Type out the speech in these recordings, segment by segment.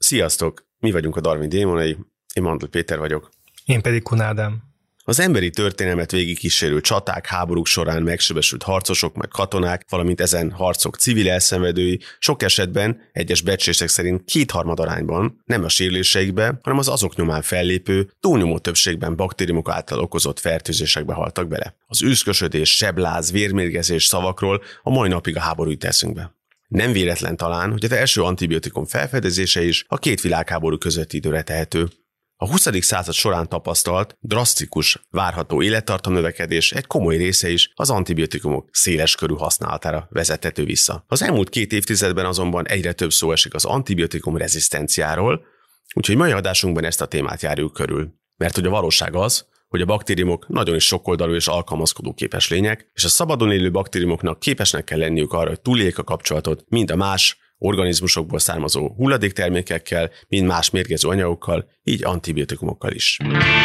Sziasztok! Mi vagyunk a Darwin démonai, én Mandl Péter vagyok. Én pedig Kun Ádám. Az emberi történelmet végigkísérő csaták, háborúk során megsebesült harcosok, meg katonák, valamint ezen harcok civil elszenvedői sok esetben egyes becslések szerint 2/3 arányban nem a sérüléseikbe, hanem az azok nyomán fellépő, túlnyomó többségben baktériumok által okozott fertőzésekbe haltak bele. Az őszkösödés, sebláz, vérmérgezés szavakról a mai napig a háború jut eszünkbe. Nem véletlen talán, hogy az első antibiotikum felfedezése is a két világháború közötti időre tehető. A 20. század során tapasztalt, drasztikus, várható élettartam növekedés egy komoly része is az antibiotikumok széleskörű használatára vezethető vissza. Az elmúlt 2 évtizedben azonban egyre több szó esik az antibiotikum rezisztenciáról, úgyhogy mai adásunkban ezt a témát járjuk körül. Mert hogy a valóság az, hogy a baktériumok nagyon is sokoldalú és alkalmazkodó képes lények, és a szabadon élő baktériumoknak képesnek kell lenniük arra, hogy túléljék a kapcsolatot mind a más organizmusokból származó hulladéktermékekkel, mind más mérgező anyagokkal, így antibiotikumokkal is.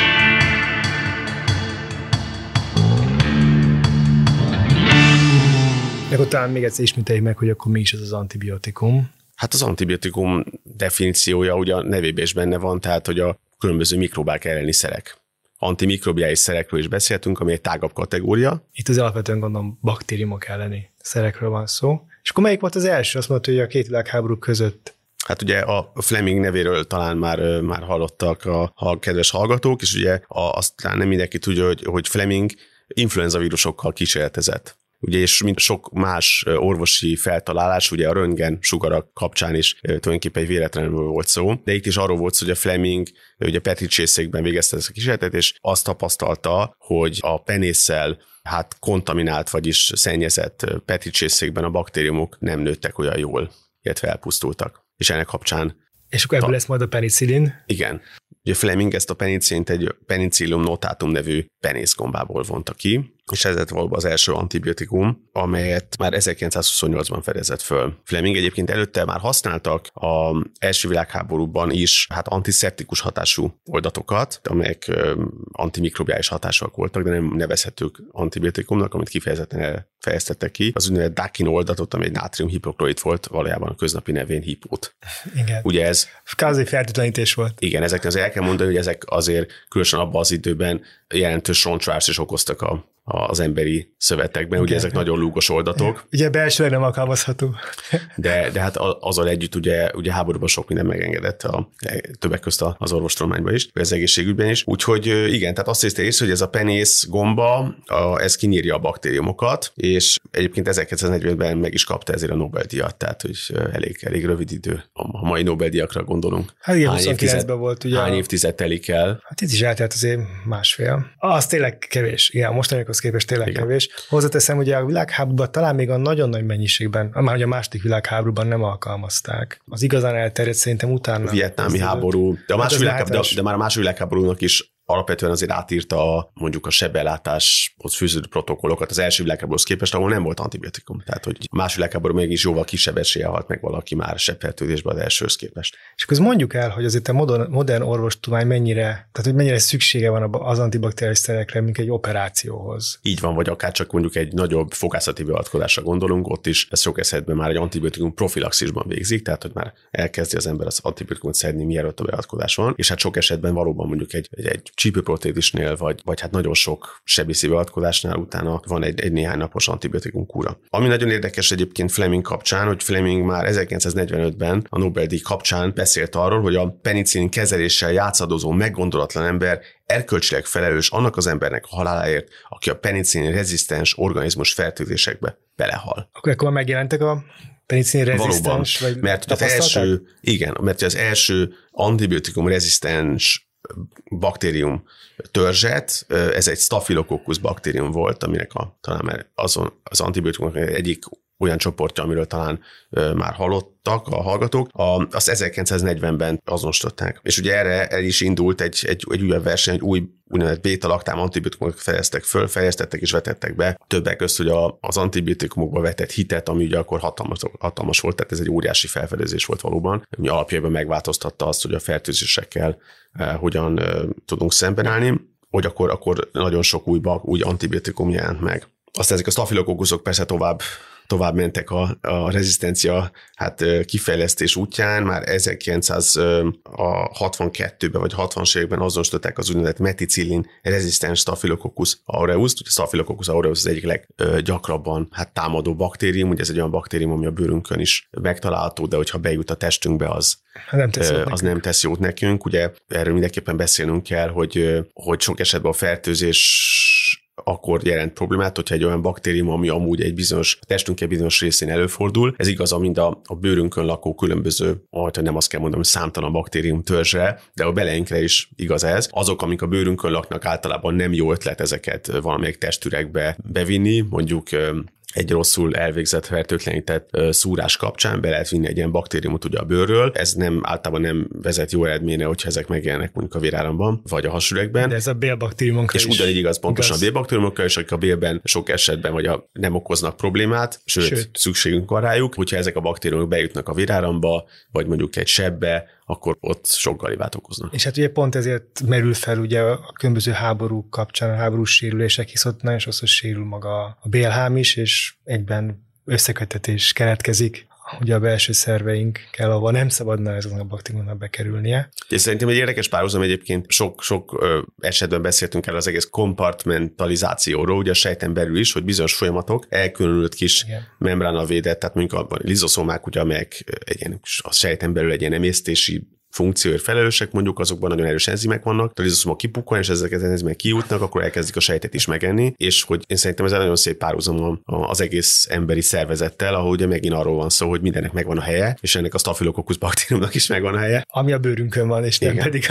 Akkor talán még egyszer ismételjük meg, hogy akkor mi is ez az antibiotikum. Hát az antibiotikum definíciója ugye a nevében is benne van, tehát hogy a különböző mikrobák elleni szerek. Antimikrobiális szerekről is beszéltünk, ami egy tágabb kategória. Itt az alapvetően gondolom baktériumok elleni szerekről van szó. És akkor melyik volt az első? Azt mondta, hogy a két világháború között. Hát ugye a Fleming nevéről talán már hallottak a kedves hallgatók, és ugye azt talán nem mindenki tudja, hogy Fleming influenza vírusokkal kísérletezett. Ugye, és mint sok más orvosi feltalálás, ugye a röntgen sugarak kapcsán is tulajdonképpen egy véletlenül volt szó, de itt is arról volt szó, hogy a Fleming ugye Petri csészékben végezte ezt a kísérletet, és azt tapasztalta, hogy a penésszel kontaminált, vagyis szennyezett Petri csészékben a baktériumok nem nőttek olyan jól, illetve elpusztultak. És ennek kapcsán... És akkor ebből lesz majd a penicillin? Igen. Ugye Fleming ezt a penicillint egy Penicillium notatum nevű penészgombából vonta ki, és ez lett valóban az első antibiotikum, amelyet már 1928-ban fedezett föl. Fleming egyébként előtte már használtak az első világháborúban is antiszeptikus hatású oldatokat, amelyek antimikrobiális hatásúak voltak, de nem nevezhetők antibiotikumnak, amit kifejezetten fejeztettek ki. Az úgynevezett Dakin oldatot, ami egy nátriumhipoklorid volt, valójában a köznapi nevén hipót. Igen. Ugye ez... Kázi fertőtlenítés volt. Igen, ezeknek azért el kell mondani, hogy ezek azért különösen abban az időben jelentős roncsvást is okoztak az emberi szövetekben, ugye ezek nagyon lúgos oldatok. Ugye belsőleg nem alkalmazható. De hát azzal együtt ugye háborúban sok minden megengedett, többek közt az orvostudományban is, vagy az egészségügyben is. Úgyhogy igen, tehát azt hiszte észre, hogy ez a penész gomba, ez kinyírja a baktériumokat, és egyébként 1940-ben meg is kapta ezért a Nobel-díjat, tehát hogy elég rövid idő. A mai Nobel-díjakra gondolunk. Hát igen, 29-ben volt ugye. Hány évtized telik el? Hát itt is eltelt azért másfél. Az tényleg kevés. Igen, mostaniakhoz képest tényleg kevés. Hozzáteszem, ugye a világháborúban talán még a nagyon nagy mennyiségben, már ugye a második világháborúban nem alkalmazták. Az igazán elterjedt szerintem utána. A vietnámi háború, de már a második világháborúnak is alapvetően azért átírta mondjuk a sebellátáshoz fűződő protokollokat az első világháborúhoz képest, ahol nem volt antibiotikum. Tehát, hogy a második világháború mégis jóval kisebb esélye halt meg valaki már sebfertőzésben az elsőhöz képest. És akkor mondjuk el, hogy azért a modern orvostudomány mennyire szüksége van az antibakteriális szerekre, mint egy operációhoz. Így van, vagy akár csak mondjuk egy nagyobb fogászati beavatkozásra gondolunk, ott is ez sok esetben már egy antibiotikum profilaxisban végzik, tehát hogy már elkezdi az ember az antibiotikumot szedni, mielőtt a beavatkozás van, és hát sok esetben valóban mondjuk egy csípőprotétisnél, vagy hát nagyon sok sebészi beavatkozásnál utána van egy néhány napos antibiotikum kúra. Ami nagyon érdekes egyébként Fleming kapcsán, hogy Fleming már 1945-ben a Nobel-díj kapcsán beszélt arról, hogy a penicillin kezeléssel játszadozó meggondolatlan ember erkölcsileg felelős annak az embernek a haláláért, aki a penicillin rezisztens organizmus fertőzésekbe belehal. Akkor megjelentek a penicillin rezisztens? Valóban, mert az első antibiotikum rezisztens baktérium törzset, ez egy Staphylococcus baktérium volt, aminek talán az antibiotikumok egyik olyan csoportja, amiről talán már hallottak a hallgatók, azt 1940-ben azonosították. És ugye erre el is indult egy újabb verseny, egy új úgynevezett béta-laktám antibiotikumok fejlesztettek és vetettek be. Többek közt, hogy az antibiotikumokba vetett hitet, ami ugye akkor hatalmas volt, tehát ez egy óriási felfedezés volt valóban, ami alapjában megváltoztatta azt, hogy a fertőzésekkel hogyan tudunk szembenállni, hogy akkor nagyon sok új antibiotikum jelent meg. Aztán ezek a staphylococcusok persze tovább tovább mentek a rezisztencia kifejlesztés útján, már 1962-ben vagy 60-as években azonosították az úgynevezett meticillin rezisztens Staphylococcus aureus. Ugye Staphylococcus aureus az egyik leggyakrabban támadó baktérium, ugye ez egy olyan baktérium, ami a bőrünkön is megtalálható, de hogyha bejut a testünkbe, az nem tesz jót nekünk. Ugye erről mindenképpen beszélnünk kell, hogy sok esetben a fertőzés akkor jelent problémát, hogyha egy olyan baktérium, ami amúgy egy testünk egy bizonyos részén előfordul. Ez igaz, mind a bőrünkön lakó különböző, nem azt kell mondanom, hogy számtalan baktérium törzsre, de a beleinkre is igaz ez. Azok, amik a bőrünkön laknak, általában nem jó ötlet ezeket valamelyik testüregbe bevinni, mondjuk egy rosszul elvégzett fertőtlenített szúrás kapcsán be lehet vinni egy ilyen baktériumot ugye a bőrről. Ez általában nem vezet jó eredményre, hogyha ezek megjelennek mondjuk a véráramban, vagy a hasüregben. De ez a bélbaktériumokra is. És ugyanígy igaz pontosan a bélbaktériumokra is, akik a bélben sok esetben nem okoznak problémát, sőt, szükségünk van rájuk. Hogyha ezek a baktériumok bejutnak a véráramba, vagy mondjuk egy sebbe, akkor ott sok galibát okoznak. És hát ugye pont ezért merül fel ugye a különböző háborúk kapcsán, a háborús sérülések, hisz ott nagyon sokszor sérül maga a bélhám is, és egyben összekötetés keletkezik ugye a belső szerveinkkel, ahol nem szabadna ezeknek a baktériumnak bekerülnie. És szerintem egy érdekes párhuzam egyébként, sok esetben beszéltünk el az egész kompartmentalizációról, ugye a sejten belül is, hogy bizonyos folyamatok elkülönült kis membránnal védett, tehát mondjuk a lizozómák, ugye, amelyek a sejten belül egy ilyen emésztési funkcióért felelősek, mondjuk azokban nagyon erős enzimek vannak, a lizoszoma kipukkan, és ezek az enzimek kijutnak, akkor elkezdik a sejtet is megenni, és hogy én szerintem ez egy nagyon szép párhuzam az egész emberi szervezettel, ahol ugye megint arról van szó, hogy mindennek megvan a helye, és ennek a Staphylococcus baktériumnak is megvan a helye. Ami a bőrünkön van, és nem pedig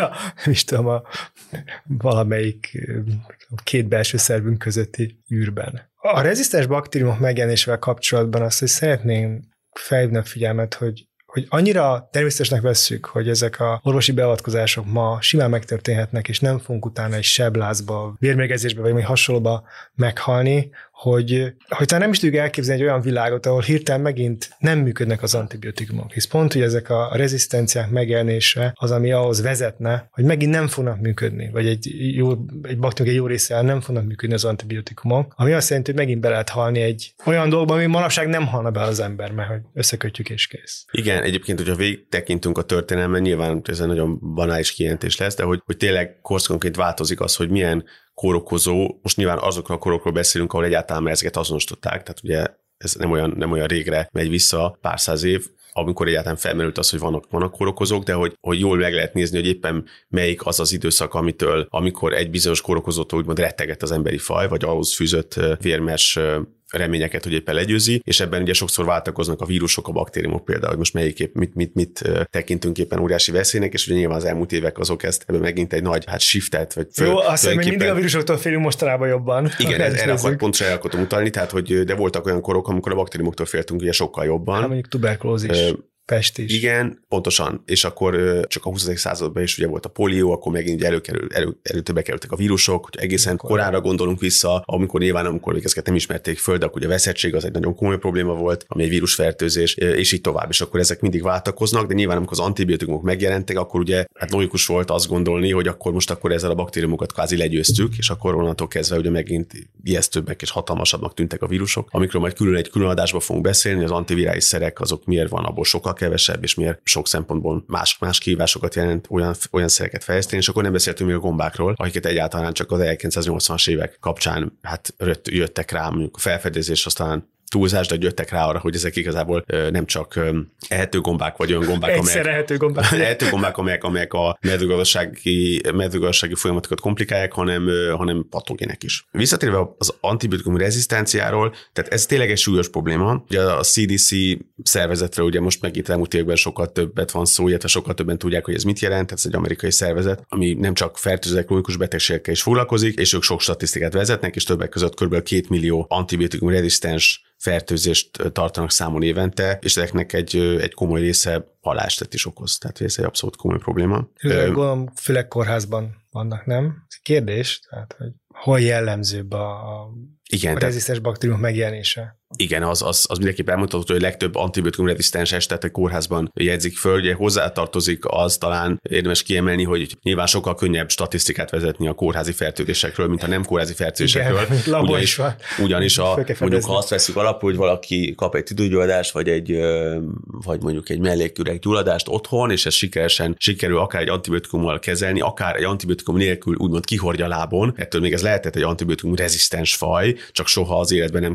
valamelyik két belső szervünk közötti űrben. A rezisztens baktériumok megjelenésével kapcsolatban azt, hogy szeretném felhívni a figyelmet, hogy annyira természetesnek vesszük, hogy ezek a orvosi beavatkozások ma simán megtörténhetnek, és nem fogunk utána egy seblázba, vérmérgezésbe, vagy hasonlóba meghalni, hogy talán nem is tudjuk elképzelni egy olyan világot, ahol hirtelen megint nem működnek az antibiotikumok. Hisz pont, hogy ezek a rezisztenciák megjelenése az, ami ahhoz vezetne, hogy megint nem fognak működni, vagy egy baktérium egy jó része nem fognak működni az antibiotikumok, ami azt jelenti, hogy megint be lehet halni egy olyan dolgban, ami manapság nem halna be az ember, mert hogy összekötjük és kész. Igen, egyébként, hogyha végigtekintünk a történelmen, nyilván ez egy nagyon banális kijelentés lesz, de hogy tényleg korszakonként változik az, hogy milyen kórokozó, most nyilván azokról a korokról beszélünk, ahol egyáltalán már ezeket azonosították, tehát ugye ez nem olyan régre megy vissza, pár száz év, amikor egyáltalán felmerült az, hogy vannak kórokozók, de hogy jól meg lehet nézni, hogy éppen melyik az az időszak, amikor egy bizonyos kórokozótól úgymond rettegett az emberi faj, vagy ahhoz fűzött vérmes reményeket, hogy éppen legyőzi, és ebben ugye sokszor váltakoznak a vírusok, a baktériumok például, hogy most melyik mit tekintünk éppen óriási veszélynek, és ugye nyilván az elmúlt évek azok ebben megint egy nagy shiftet, vagy jó, azt hiszem, hogy mindig a vírusoktól félünk mostanában jobban. Igen, erre pontosan el akartam utalni, tehát de voltak olyan korok, amikor a baktériumoktól féltünk ugye sokkal jobban. Hát mondjuk tuberkulózis. Pest is. Igen, pontosan, és akkor csak a 20. században is ugye volt a polió, akkor megint előtte kerültek a vírusok, hogy egészen korára gondolunk vissza, amikor ezeket nem ismerték föl, de akkor ugye a veszettség az egy nagyon komoly probléma volt, ami egy vírusfertőzés, és így tovább, és akkor ezek mindig váltakoznak, de nyilván amikor az antibiotikumok megjelentek, akkor ugye logikus volt azt gondolni, hogy akkor ezzel a baktériumokat kvázi legyőztük, és akkor onnantól kezdve ugye megint ijesztőbbek és hatalmasabbnak tűntek a vírusok, amikről majd egy külön adásban fogunk beszélni, az antivirális szerek azok miért van abból sokkal kevesebb, és miért sok szempontból más kihívásokat jelent olyan szereket fejleszteni, és akkor nem beszéltünk még a gombákról, akiket egyáltalán csak az 1980-as évek kapcsán jöttek rá, mondjuk a felfedezés, aztán túlzás, de jöttek rá arra, hogy ezek igazából nem csak ehető gombák, vagy olyan gombák, ehető gombák, amelyek a mezőgazdasági folyamatokat komplikálják, hanem patogének is. Visszatérve az antibiotikum rezisztenciáról, tehát ez tényleg egy súlyos probléma. Ugye a CDC szervezetről ugye most megint elmúlt években sokkal többet van szó, illetve sokkal többen tudják, hogy ez mit jelent. Ez egy amerikai szervezet, ami nem csak fertőző krónikus betegségekkel is foglalkozik, és ők sok statisztikát vezetnek, és többek között kb. 2 millió antibiotikum rezisztens fertőzést tartanak számon évente, és ezeknek egy komoly része halálesetet is okoz. Tehát ez egy abszolút komoly probléma. Gondolom, főleg kórházban vannak, nem? Kérdés, tehát hogy hol jellemzőbb a rezisztens baktériumok megjelenése? Igen, az mindenképpen elmondható, hogy a legtöbb antibiotikum rezisztens esetet a kórházban jegyzik föl. Ugye hozzátartozik az, talán érdemes kiemelni, hogy nyilván sokkal könnyebb statisztikát vezetni a kórházi fertőzésekről, mint a nem kórházi fertőzésekről. Ugyanis mondjuk ha azt veszük alapul, hogy valaki kap egy tüdőgyulladást, vagy mondjuk egy melléküreg gyulladást otthon, és ez sikerül akár egy antibiotikummal kezelni, akár egy antibiotikum nélkül úgymond kihordja a lábon. Ettől még ez lehetett egy antibiotikum rezisztens faj, csak soha az életben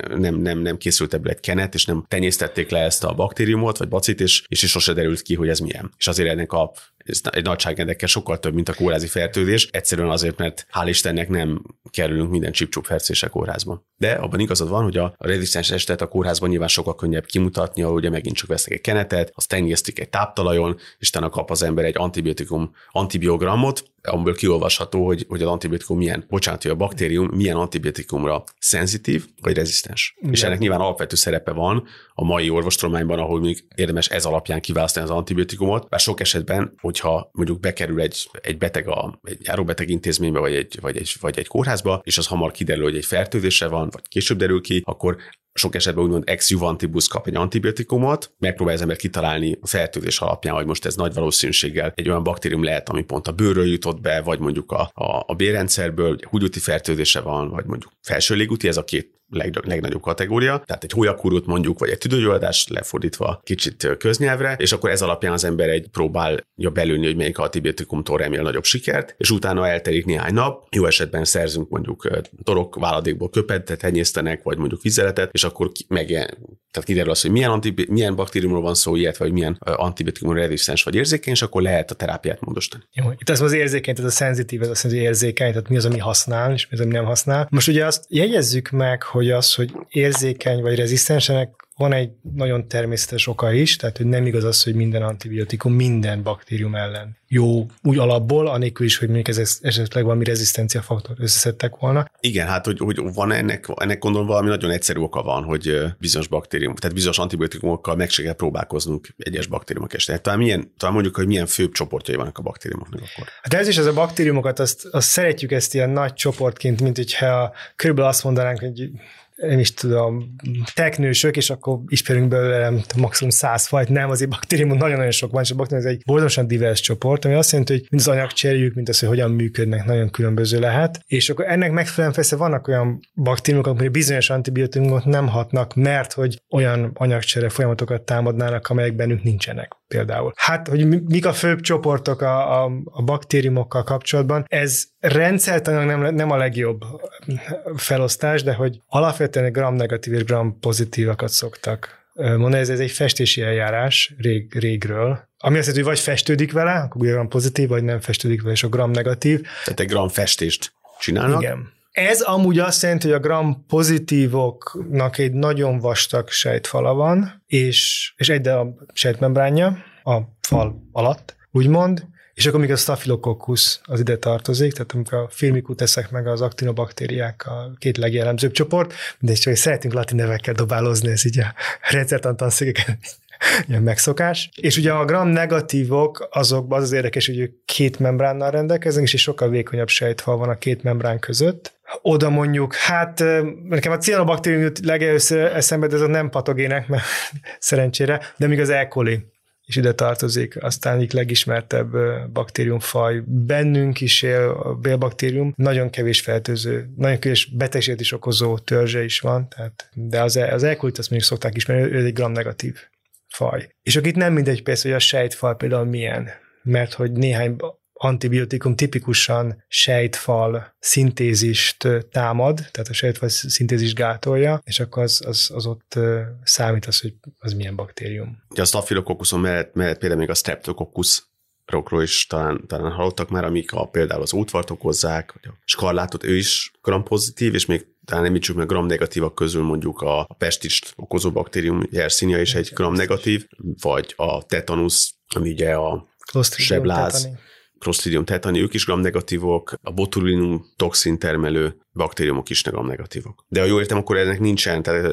nem készült ebből egy kenet, és nem tenyésztették le ezt a baktériumot, vagy bacit, és sose derült ki, hogy ez milyen. És azért ennek ez egy nagyságrendekkel sokkal több, mint a kórházi fertőzés, egyszerűen azért, mert hál' Istennek nem kerülünk minden csip-csup fertőzésre kórházban. De abban igazad van, hogy a rezisztens esetet a kórházban nyilván sokkal könnyebb kimutatni, ahol ugye megint csak vesznek egy kenetet, azt tenyésztik egy táptalajon, és utána kap az ember egy antibiogramot, amiből kiolvasható, hogy az antibiotikum a baktérium milyen antibiotikumra szenzitív vagy rezisztens. Igen. És ennek nyilván alapvető szerepe van a mai orvostudományban, ahol még érdemes ez alapján kiválasztani az antibiotikumot, bár sok esetben, hogyha mondjuk bekerül egy beteg egy járóbeteg intézménybe, vagy egy kórházba, és az hamar kiderül, hogy egy fertőzése van, vagy később derül ki, akkor sok esetben úgymond ex juvantibus kap egy antibiotikumot, megpróbál az ember kitalálni a fertőzés alapján, hogy most ez nagy valószínűséggel egy olyan baktérium lehet, ami pont a bőrről jutott be, vagy mondjuk a bélrendszerből, húgyúti fertőzése van, vagy mondjuk felső légúti, ez a két legnagyobb kategória, tehát egy hólyakurút mondjuk, vagy egy tüdőgyulladás lefordítva kicsit köznyelvre, és akkor ez alapján az ember próbálja belőni, hogy melyik antibiotikumtól remél nagyobb sikert, és utána eltelik néhány nap, jó esetben szerzünk mondjuk torok váladékból köpetet, tenyésztenek, vagy mondjuk vizeletet, és akkor tehát kiderül az, hogy milyen baktériumról van szó, illetve hogy milyen antibiotikum rezisztens vagy érzékeny, és akkor lehet a terápiát módosítani. Jó, itt az érzékeny, tehát a szenzitív, ez azt mondja, hogy érzékeny, tehát mi az, ami használ, és mi az, ami nem használ. Most ugye azt jegyezzük meg, hogy érzékeny vagy rezisztensenek van egy nagyon természetes oka is, tehát hogy nem igaz az, hogy minden antibiotikum minden baktérium ellen jó úgy alapból, anélkül is, hogy mondjuk ez esetleg valami rezisztencia faktor összeszedtek volna. Igen, hát hogy van ennek gondolom valami nagyon egyszerű oka van, hogy bizonyos baktériumok, tehát bizonyos antibiotikumokkal meg se kell próbálkoznunk egyes baktériumok esetén. Talán mondjuk, hogy milyen főbb csoportjai vannak a baktériumoknak akkor. Hát ez is az a baktériumokat, azt szeretjük ezt ilyen nagy csoportként, mint hogyha körülbelül azt mondanánk, hogy nem is tudom, teknősök, és akkor ismerünk belőle maximum 100 fajt, nem, azért baktériumon nagyon-nagyon sok van, és a baktérium ez egy borzalmasan divers csoport, ami azt jelenti, hogy mind az anyagcserjük, mint az, hogy hogyan működnek, nagyon különböző lehet, és akkor ennek megfelelően persze vannak olyan baktériumok, amik bizonyos antibiotikumok nem hatnak, mert hogy olyan anyagcsere folyamatokat támadnának, amelyek bennük nincsenek. Például. Hát, hogy mik a főbb csoportok a baktériumokkal kapcsolatban, ez rendszertanilag nem a legjobb felosztás, de hogy alapvetően gram-negatív és gram-pozitívakat szoktak mondani, ez egy festési eljárás régről, ami azt jelenti, hogy vagy festődik vele, akkor gram-pozitív, vagy nem festődik vele, és a gram-negatív. Tehát egy gram-festést csinálnak? Igen. Ez amúgy azt jelenti, hogy a gram-pozitívoknak egy nagyon vastag sejtfala van, és egy darab sejtmembránja a fal alatt, úgymond, és akkor még a Staphylococcus az ide tartozik, tehát amikor a Firmicutesek meg az aktinobakteriák a két legjellemzőbb csoport, de csak szeretünk latin nevekkel dobálozni, ez így a rendszertan tanszékeken ilyen megszokás. És ugye a gram-negatívok, azokban az érdekes, hogy ők két membránnal rendelkeznek, és sokkal vékonyabb sejtfal van a két membrán között. Oda mondjuk, hát nekem a cianobaktérium jut legelőször eszembe, de azok nem patogének, mert szerencsére, de még az E. coli is ide tartozik, aztán így legismertebb baktériumfaj. Bennünk is él a bélbaktérium, nagyon kevés fertőző, nagyon kevés betegséget is okozó törzse is van, tehát, de az E. colit azt mondjuk szokták ismerni, ő egy gram-negatív faj. És akkor itt nem mindegy persze, hogy a sejtfal például milyen, mert hogy néhány antibiotikum tipikusan sejtfal szintézist támad, tehát a sejtfal szintézis gátolja, és akkor az ott számít az, hogy az milyen baktérium. Ugye a Staphylococcus mellett például még a Streptococcusról is talán hallottak már, amik például az ótvart okozzák, vagy a skarlátot, ő is gram-pozitív, és még talán említsük meg gram-negatívak közül mondjuk a pestist okozó baktérium, Yersinia is egy gram-negatív, vagy a tetanus, ami ugye a sebláz, Clostridium tetani, ők is gram-negatívok, a botulinum toxin termelő baktériumok is gram-negatívok. De ha jól értem, akkor ennek nincsen, tehát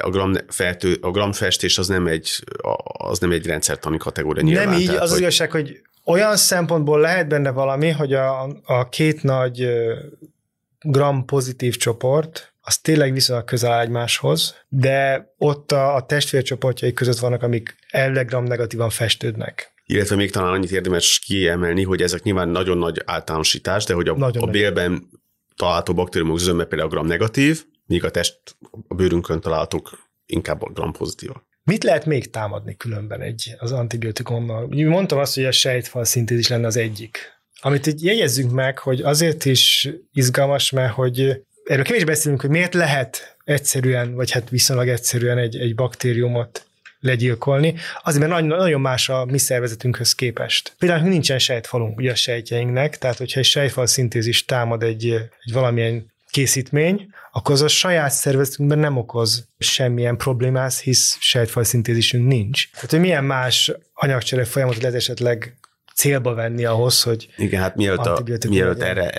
a gram-festés az nem egy rendszertani kategória nyilván. Nem így, tehát, az igazság, hogy olyan szempontból lehet benne valami, hogy a két nagy gram-pozitív csoport, az tényleg viszonylag közel áll egymáshoz, de ott a testvércsoportjai között vannak, amik elvileg gram-negatívan festődnek. Illetve még talán annyit érdemes kiemelni, hogy ezek nyilván nagyon nagy általánosítás, de hogy a bélben található baktériumok zöme például gram-negatív, míg a bőrünkön találhatók inkább gram-pozitívak. Mit lehet még támadni különben az antibiotikummal? Mondtam azt, hogy a sejtfal szintézis lenne az egyik. Amit így jegyezzünk meg, hogy azért is izgalmas, mert hogy erről kevés beszélünk, hogy miért lehet egyszerűen, vagy hát viszonylag egyszerűen egy baktériumot legyilkolni, azért mert nagyon más a mi szervezetünkhöz képest. Például nincsen sejtfalunk ugye a sejtjeinknek, tehát hogyha egy sejtfal szintézis támad egy valamilyen készítmény, akkor az a saját szervezetünkben nem okoz semmilyen problémát, hisz sejtfal szintézisünk nincs. Tehát, hogy milyen más anyagcsere folyamatot lehet esetleg célba venni ahhoz, hogy igen, hát mielőtt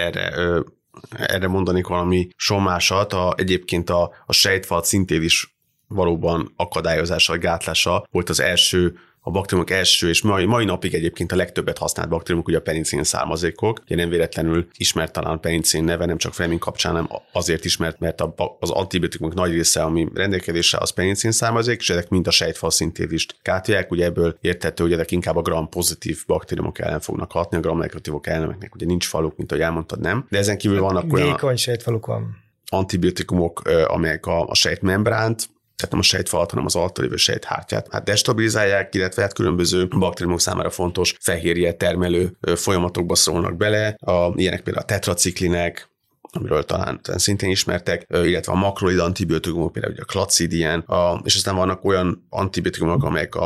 erre mondanék valami sommásat, egyébként a sejtfal szintézis valóban akadályozása, vagy gátlása volt az első, a baktériumok első, és mai napig egyébként a legtöbbet használt baktériumok, ugye a penicillin származékok. Ugye nem véletlenül ismert talán a penicillin neve, nem csak Fleming kapcsán, hanem azért ismert, mert az antibiotikumok nagy része, ami rendelkezésre az penicillin származék, és ezek mind a sejtfal szintézist gátolják. Ugye ebből érthető, hogy ezek inkább a gram-pozitív baktériumok ellen fognak hatni, a gram-negatívok elleneknek ugye nincs faluk, mint ahogy elmondtad, nem. De ezen kívül vannak olyan vékony sejtfaluk van. Antibiotikumok, amelyek a sejtmembránt, tehát nem a sejtfalat, hanem az alatta lévő sejthártyát destabilizálják, illetve hát különböző baktériumok számára fontos fehérje termelő folyamatokba szólnak bele, ilyenek például a tetraciklinek, amiről talán szintén ismertek, illetve a makroid antibiotikumok, például a klacid ilyen, és aztán vannak olyan antibiotikumok,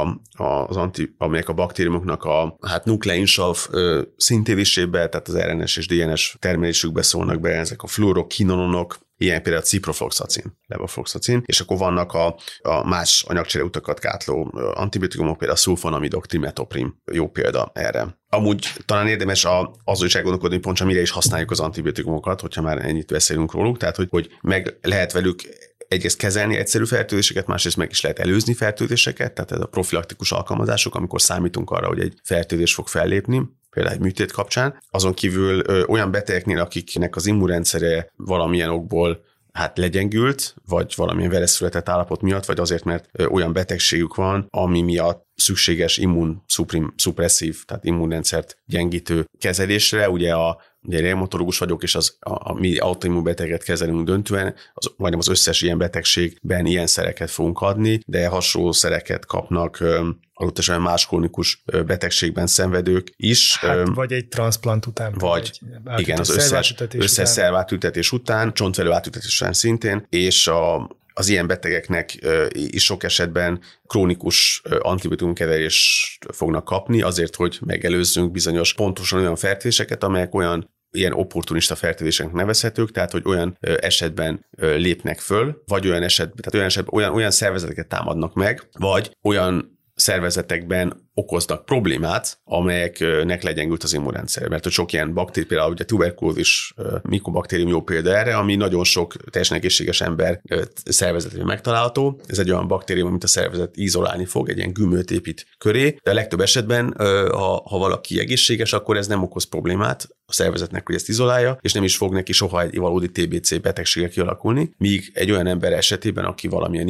amelyek a baktériumoknak a nukleinsav szintézisébe, tehát az RNS és DNS termelésükbe szólnak be, ezek a fluorokinonok, ilyen például a ciprofloxacin, levofloxacin, és akkor vannak a más anyagcsereutakat gátló antibiotikumok, például a szulfonamidok, trimetoprim, jó példa erre. Amúgy talán érdemes azon is elgondolkodni, hogy pontosan mire is használjuk az antibiotikumokat, hogyha már ennyit beszélünk róluk, tehát hogy meg lehet velük egyrészt kezelni egyszerű fertőzéseket, másrészt meg is lehet előzni fertőzéseket, tehát ez a profilaktikus alkalmazások, amikor számítunk arra, hogy egy fertőzés fog fellépni, például egy műtét kapcsán. Azon kívül olyan betegeknél, akiknek az immunrendszere valamilyen okból legyengült, vagy valamilyen veleszületett állapot miatt, vagy azért, mert olyan betegségük van, ami miatt szükséges immunszupresszív, tehát immunrendszert gyengítő kezelésre. Ugye reumatológus vagyok, és mi autoimmunbeteget kezelünk döntően, majdnem az összes ilyen betegségben ilyen szereket fogunk adni, de hasonló szereket kapnak adott esetben más krónikus betegségben szenvedők is. Vagy egy transzplant után. Vagy igen, az összes szervátültetés után, csontvelő átültetés után szintén, és az ilyen betegeknek is sok esetben krónikus antibiotikumkezelést fognak kapni, azért, hogy megelőzzünk bizonyos pontosan olyan fertőzéseket, amelyek ilyen opportunista fertőzésnek nevezhetők, tehát hogy olyan esetben lépnek föl, vagy olyan szervezeteket támadnak meg, vagy olyan szervezetekben okoznak problémát, amelyeknek legyengült az immunrendszer. Mert hogy sok ilyen baktérium, például ugye tuberkulózis mikobaktérium jó példa erre, ami nagyon sok teljesen egészséges ember szervezetében megtalálható. Ez egy olyan baktérium, amit a szervezet izolálni fog, egy ilyen gümőt épít köré, de a legtöbb esetben, ha valaki egészséges, akkor ez nem okoz problémát a szervezetnek, hogy ezt izolálja, és nem is fog neki soha egy valódi TBC betegsége kialakulni, míg egy olyan ember esetében, aki valamilyen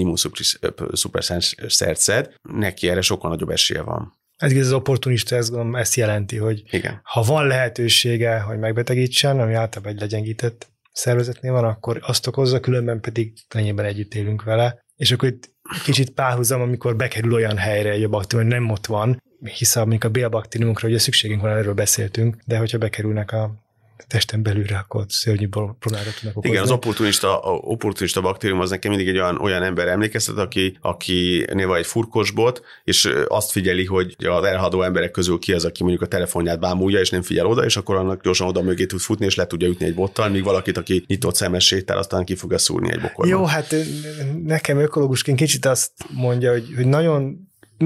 immunszupresszert szed, neki erre sokkal nagyobb esélye van. Ez az opportunista, ezt jelenti, hogy igen. Ha van lehetősége, hogy megbetegítsen, ami általában egy legyengített szervezetnél van, akkor azt okozza, különben pedig ennyiben együtt élünk vele. És akkor itt kicsit párhuzam, amikor bekerül olyan helyre egy baktérium, hogy nem ott van, hiszen a bélbaktériumokra ugye szükségünk van, erről beszéltünk, de hogyha bekerülnek a testen belülre, akkor szörnyű problémákat tudnak okozni. Igen, az opportunista baktérium az nekem mindig egy olyan ember emlékeztet, akinél van egy furkosbot, és azt figyeli, hogy az elhaladó emberek közül ki az, aki mondjuk a telefonját bámulja, és nem figyel oda, és akkor annak gyorsan oda mögé tud futni, és le tudja ütni egy bottal, míg valakit, aki nyitott szemmel sétál, aztán ki fogja szúrni egy bokorban. Jó, hát nekem ökológusként kicsit azt mondja, hogy nagyon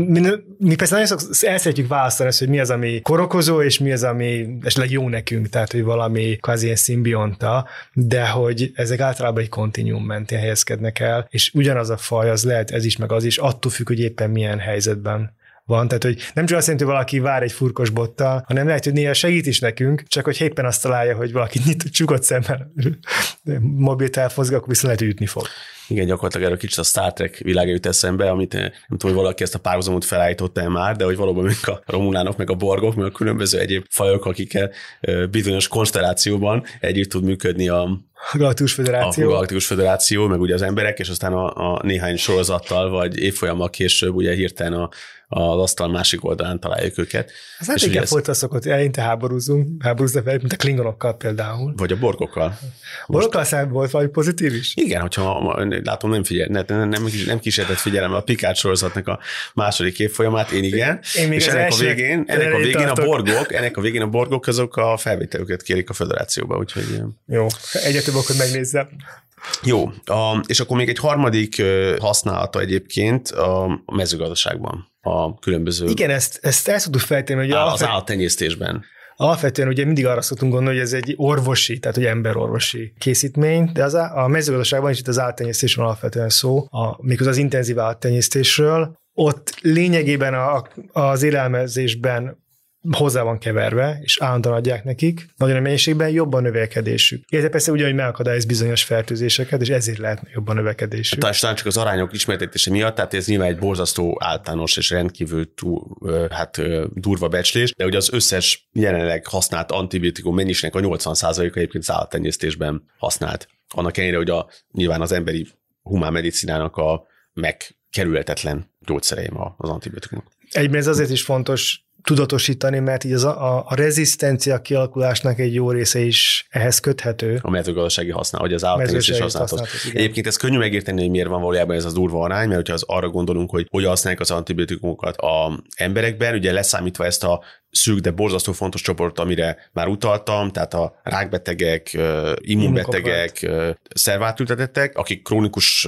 mi persze nagyon el szeretjük választani ezt, hogy mi az, ami korokozó, és mi az, ami esetleg jó nekünk, tehát, hogy valami kvázi ilyen szimbionta, de hogy ezek általában egy kontinuum mentén helyezkednek el, és ugyanaz a faj, az lehet ez is, meg az is, attól függ, hogy éppen milyen helyzetben van, tehát hogy nem csak azt jelenti, hogy valaki vár egy furkos bottal, hanem lehet, hogy néha segít is nekünk, csak hogy éppen azt találja, hogy valaki csukott szemmel mobiltelefon mozog, akkor viszont lehet, hogy ütni fog. Igen, gyakorlatilag erről kicsit a Star Trek világa jut eszembe, amit nem tudom, hogy valaki ezt a párhuzamot felállította már, de hogy valóban még a romulánok, meg a borgok, meg a különböző egyéb fajok, akikkel bizonyos konstellációban együtt tud működni a Galaktikus Föderáció, meg ugye az emberek, és aztán a néhány sorozattal, vagy évfolyammal később ugye hirtelen az asztal másik oldalán találjuk őket. Ez hát igen, folyton szokott, eleinte háborúzni fel, mint a klingonokkal például. Vagy a borgokkal. Borgokkal szemben volt valami pozitív is? Igen, hogyha látom, nem kísértett figyelemmel a Picard sorozatnak a második évfolyamát, én igen. És ennek a végén a borgok azok a felvételüket kérik a föderációba, úgyhogy... Jó, egyre több okot megnézzem. Jó, és akkor még egy harmadik használata egyébként a mezőgazdaságban, a különböző... Igen, ezt el szoktuk feltenni, hogy az állattenyésztésben. Alapvetően ugye mindig arra szoktunk gondolni, hogy ez egy orvosi, tehát hogy emberorvosi készítmény, de a mezőgazdaságban is itt az állattenyésztés van alapvetően szó, méghozzá az intenzív állattenyésztésről. Ott lényegében az élelmezésben hozzá van keverve, és állandóan adják nekik, nagyon a mennyiségben jobb a növekedésük. Illetve persze ugye, hogy megakadályoz bizonyos fertőzéseket, és ezért lehet jobb a növekedésük. Talán csak az arányok ismertetése miatt, tehát ez nyilván egy borzasztó általános és rendkívül durva becslés, de ugye az összes jelenleg használt antibiotikum mennyiségnek a 80%-a egyébként az állattenyésztésben használt. Annak ellenére, hogy nyilván az emberi humán medicinának a megkerülhetetlen gyógyszereim az antibiotikumok. Egyben ez azért is fontos tudatosítani, mert így a rezisztencia kialakulásnak egy jó része is ehhez köthető. A mezőgazdasági használat, vagy az állattenyésztés használatos. Egyébként ez könnyű megérteni, hogy miért van valójában ez az durva arány, mert hogyha arra gondolunk, hogy hogyan használják az antibiotikumokat az emberekben, ugye leszámítva ezt a szűk, de borzasztó fontos csoport, amire már utaltam, tehát a rákbetegek, immunbetegek, szervátültetettek, akik krónikus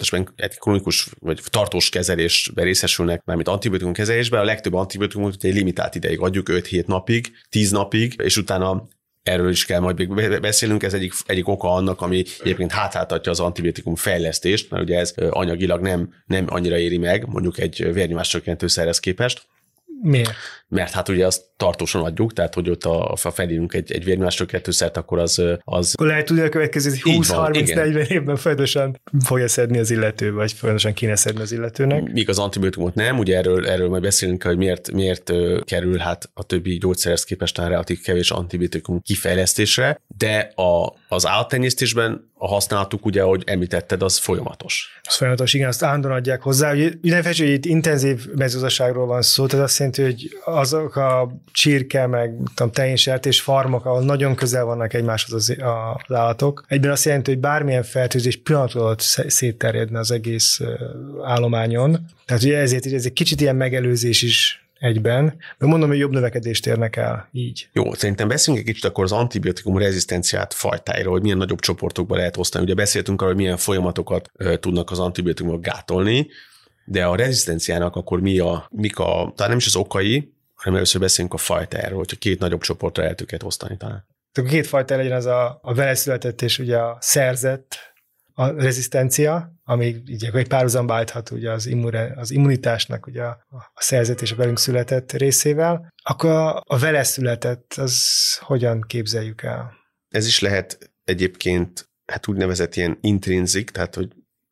vagy tartós kezelésben részesülnek, mármint antibiotikum kezelésben, a legtöbb antibiotikumot egy limitált ideig adjuk, 5-7 napig, 10 napig, és utána erről is kell majd beszélnünk, ez egyik oka annak, ami egyébként hátráltatja az antibiotikum fejlesztést, mert ugye ez anyagilag nem annyira éri meg, mondjuk egy vérnyomáscsökkentőszerhez képest. Miért? Mert hát ugye azt tartósan adjuk, tehát hogy ott felírunk egy vérnyomáscsökkentőszert, akkor az... Akkor lehet tudni, a következő 20-30-40 évben folyamatosan fogja szedni az illető, vagy folyamatosan kéne szedni az illetőnek. Míg az antibiotikumot nem, ugye erről majd beszélünk, hogy miért kerül hát a többi gyógyszerhez képest relatív kevés antibiotikum kifejlesztésre, de az állattenyésztésben a használatuk, ugye, ahogy említetted, az folyamatos. Az folyamatos, igen, azt állandóan adják hozzá. Ugye hogy itt intenzív mezőgazdaságról van szó, tehát azt jelenti, hogy azok a csirke, meg tejénsertés farmok, ahol nagyon közel vannak egymáshoz az állatok. Egyben azt jelenti, hogy bármilyen fertőzés pillanat alatt szétterjedne az egész állományon. Tehát ugye ezért ez egy kicsit ilyen megelőzés is egyben, meg mondom, hogy jobb növekedést érnek el így. Jó, szerintem beszéljünk egy kicsit akkor az antibiotikum rezisztenciát fajtáiról, hogy milyen nagyobb csoportokba lehet osztani. Ugye beszéltünk arról, hogy milyen folyamatokat tudnak az antibiotikumok gátolni, de a rezisztenciának akkor talán nem is az okai, hanem először beszélünk a fajtáról, hogyha két nagyobb csoportra lehet őket osztani talán. Tehát két fajta legyen az a veleszületett és ugye a szerzett a rezisztencia, ami így egy párhuzamba állítható ugye az immunitásnak ugye a szerzett és a velünk született részével, akkor a vele született, az hogyan képzeljük el? Ez is egyébként hát úgynevezett ilyen intrinzik, tehát hogy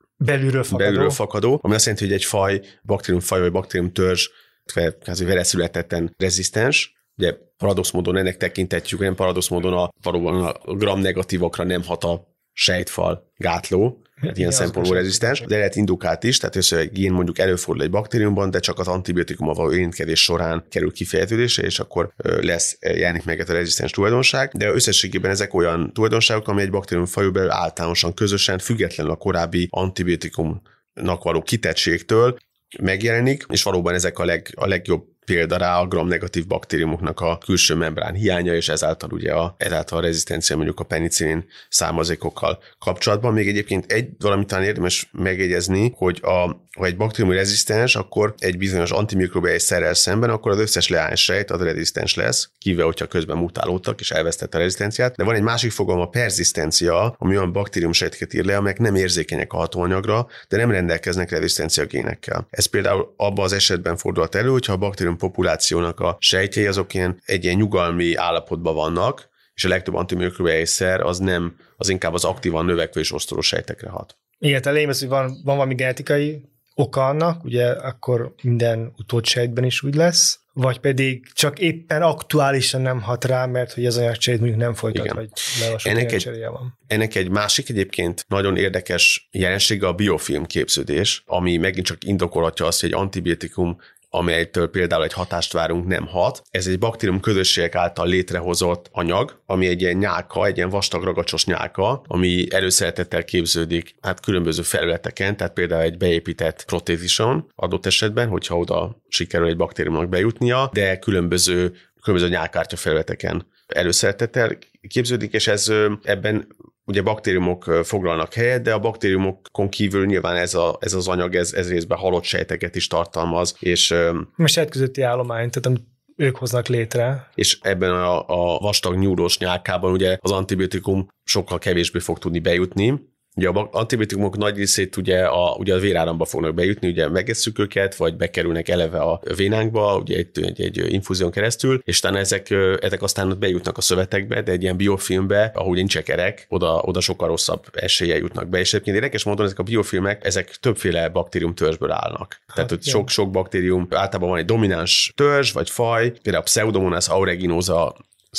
belülről fakadó, ami azt jelenti, hogy egy baktériumfaj vagy baktériumtörzs vele születetten rezisztens. Ugye paradox módon ennek tekintetjük, nem paradox módon valóban a gram negatívokra nem hat a sejtfal gátló, tehát ilyen szempontból rezisztens, de lehet indukált is, tehát egy gén mondjuk előfordul egy baktériumban, de csak az antibiotikummal való érintkezés során kerül kifejeződésre, és akkor jelenik meg ez a rezisztens tulajdonság, de összességében ezek olyan tulajdonságok, ami egy baktérium fajon belül általánosan közösen, függetlenül a korábbi antibiotikumnak való kitettségtől megjelenik, és valóban ezek a legjobb példa rá a gram-negatív baktériumoknak a külső membrán hiánya, és ezáltal ugye ezáltal a rezisztencia mondjuk a penicillin származékokkal kapcsolatban. Még egyébként valamit talán érdemes megjegyezni, hogy ha egy baktérium rezisztens, akkor egy bizonyos antimikrobiális szerrel szemben, akkor az összes leánysejt az rezisztens lesz, kivéve, hogyha közben mutálódtak és elvesztette a rezisztenciát. De van egy másik fogalom, a perzisztencia, ami olyan baktériumsejteket ír le, amelyek nem érzékenyek a hatóanyagra, de nem rendelkeznek rezisztencia génekkel. Ez például abban az esetben fordulhat elő, hogyha a baktérium populációnak a sejtjei azok egy ilyen nyugalmi állapotban vannak, és a legtöbb antimikrobiális szer az inkább az aktívan növekvő és osztozó sejtekre hat. Igen, tehát lényeg, hogy van valami genetikai oka annak, ugye akkor minden utódsejtben is úgy lesz, vagy pedig csak éppen aktuálisan nem hat rá, mert hogy az anyagcserét mondjuk nem folytat, igen, vagy lelasult anyagcseréje van. Ennek egy másik egyébként nagyon érdekes jelensége a biofilm képződés, ami megint csak indokolhatja azt, hogy egy antibiotikum, amelytől például egy hatást várunk, nem hat. Ez egy baktérium közösségek által létrehozott anyag, ami egy ilyen nyálka, egy ilyen vastag ragacsos nyálka, ami előszeretettel képződik különböző felületeken, tehát például egy beépített protézison adott esetben, hogyha oda sikerül egy baktériumnak bejutnia, de különböző nyálkártya felületeken előszeretettel képződik, és ebben ugye baktériumok foglalnak helyet, de a baktériumokon kívül nyilván ez az anyag, ez részben halott sejteket is tartalmaz, és... A sejt közötti állomány, tehát amit ők hoznak létre. És ebben a vastag nyúlós nyálkában ugye az antibiotikum sokkal kevésbé fog tudni bejutni. Ugye az antibiotikumok nagy részét ugye a véráramba fognak bejutni, ugye megesszük őket, vagy bekerülnek eleve a vénánkba, ugye egy infúzión keresztül, és utána ezek aztán bejutnak a szövetekbe, de egy ilyen biofilmbe, ahol nincsenek erek, oda sokkal rosszabb eséllyel jutnak be. És egyébként érdekes módon ezek a biofilmek, ezek többféle baktérium törzsből állnak. Tehát hogy sok baktérium, általában van egy domináns törzs vagy faj, például a Pseudomonas aeruginosa,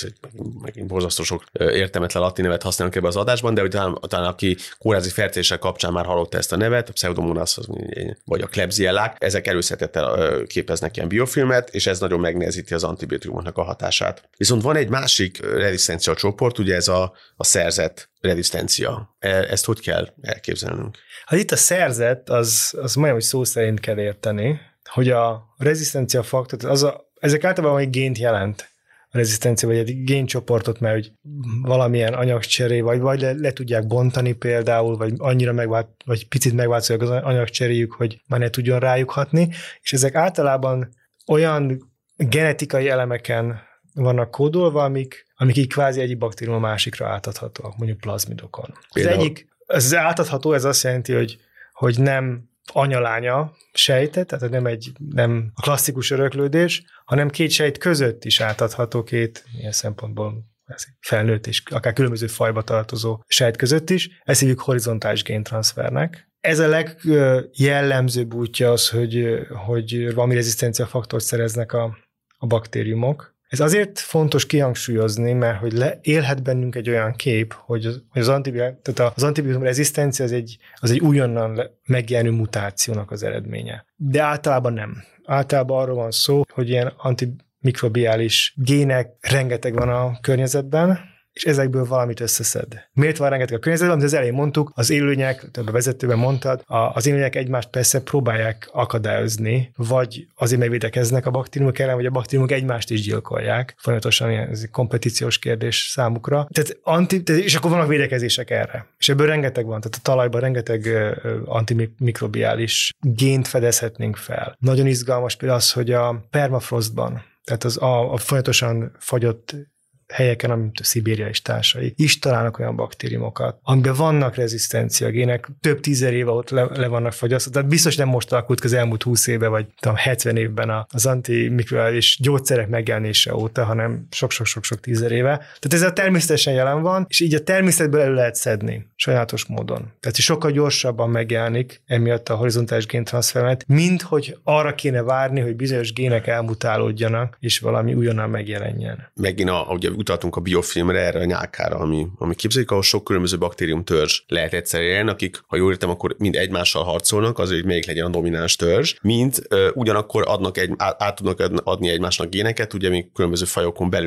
megint borzasztó sok értelmetlen latin nevet használunk ebbe az adásban, de talán aki kórházi fertőzések kapcsán már hallotta ezt a nevet, a Pseudomonas vagy a Klebsiellák, ezek előszeretettel képeznek ilyen biofilmet, és ez nagyon megnehezíti az antibiotikumoknak a hatását. Viszont van egy másik rezisztencia csoport, ugye ez a szerzett rezisztencia. Ezt hogy kell elképzelnünk? Hát itt a szerzett, az majdnem, hogy szó szerint kell érteni, hogy a rezisztencia faktor, ezek általában egy gént jelent. Rezisztencia, vagy egy géncsoportot, mert hogy valamilyen anyagcseré, vagy le tudják bontani például, vagy annyira vagy picit megváltoznak az anyagcseréjük, hogy már ne tudjon rájuk hatni, és ezek általában olyan genetikai elemeken vannak kódolva, amik így kvázi egyik baktérium a másikra átadhatóak, mondjuk plazmidokon. Az átadható, ez azt jelenti, hogy nem anyalánya sejte, tehát nem a klasszikus öröklődés, hanem két sejt között is átadható, két ilyen szempontból felnőtt és akár különböző fajba tartozó sejt között is. Ezt hívjuk horizontális géntranszfernek. Ez a legjellemzőbb útja az, hogy valami rezisztencia faktort szereznek a baktériumok. Ez azért fontos kihangsúlyozni, mert hogy élhet bennünk egy olyan kép, hogy az antibiotikum rezisztencia az egy újonnan megjelenő mutációnak az eredménye. De általában nem. Általában arról van szó, hogy ilyen antimikrobiális gének rengeteg van a környezetben, és ezekből valamit összeszed. Miért van rengeteg a környezetben? Amit az elején mondtuk, az élőlények, több a vezetőben mondtad, az élőlények egymást persze próbálják akadályozni, vagy azért megvédekeznek a baktériumok ellen, vagy a baktériumok egymást is gyilkolják. Folyamatosan ez egy kompetíciós kérdés számukra. És akkor vannak védekezések erre. És ebből rengeteg van, tehát a talajban rengeteg antimikrobiális gént fedezhetnénk fel. Nagyon izgalmas például az, hogy a permafrostban, tehát a folyamatosan fagyott helyeken, mint a Szibéria és társai, is találnak olyan baktériumokat, amiben vannak rezisztencia gének, több 10 éve ott le vannak fagyasztva. Tehát biztos nem most alakult az elmúlt 20 éve, vagy 70 évben az antimikrobiális gyógyszerek megjelenése óta, hanem sok-sok 10 éve. Tehát ez a természetesen jelen van, és így a természetből elő lehet szedni, sajátos módon. Tehát sokkal gyorsabban megjelenik emiatt a horizontális géntranszfermet, mint hogy arra kéne várni, hogy bizonyos gének elmutálódjanak, és valami újonnan megjelenjen. Megint ugye utaltunk a biofilmre, erre a nyálkára, ami képzeljük, ahol sok különböző baktérium törzs lehet egyszerűen, akik, ha jól értem, akkor mind egymással harcolnak, azért, hogy melyik legyen a domináns törzs, mint ugyanakkor át tudnak adni egymásnak géneket, ugye még különböző fajokon belül is,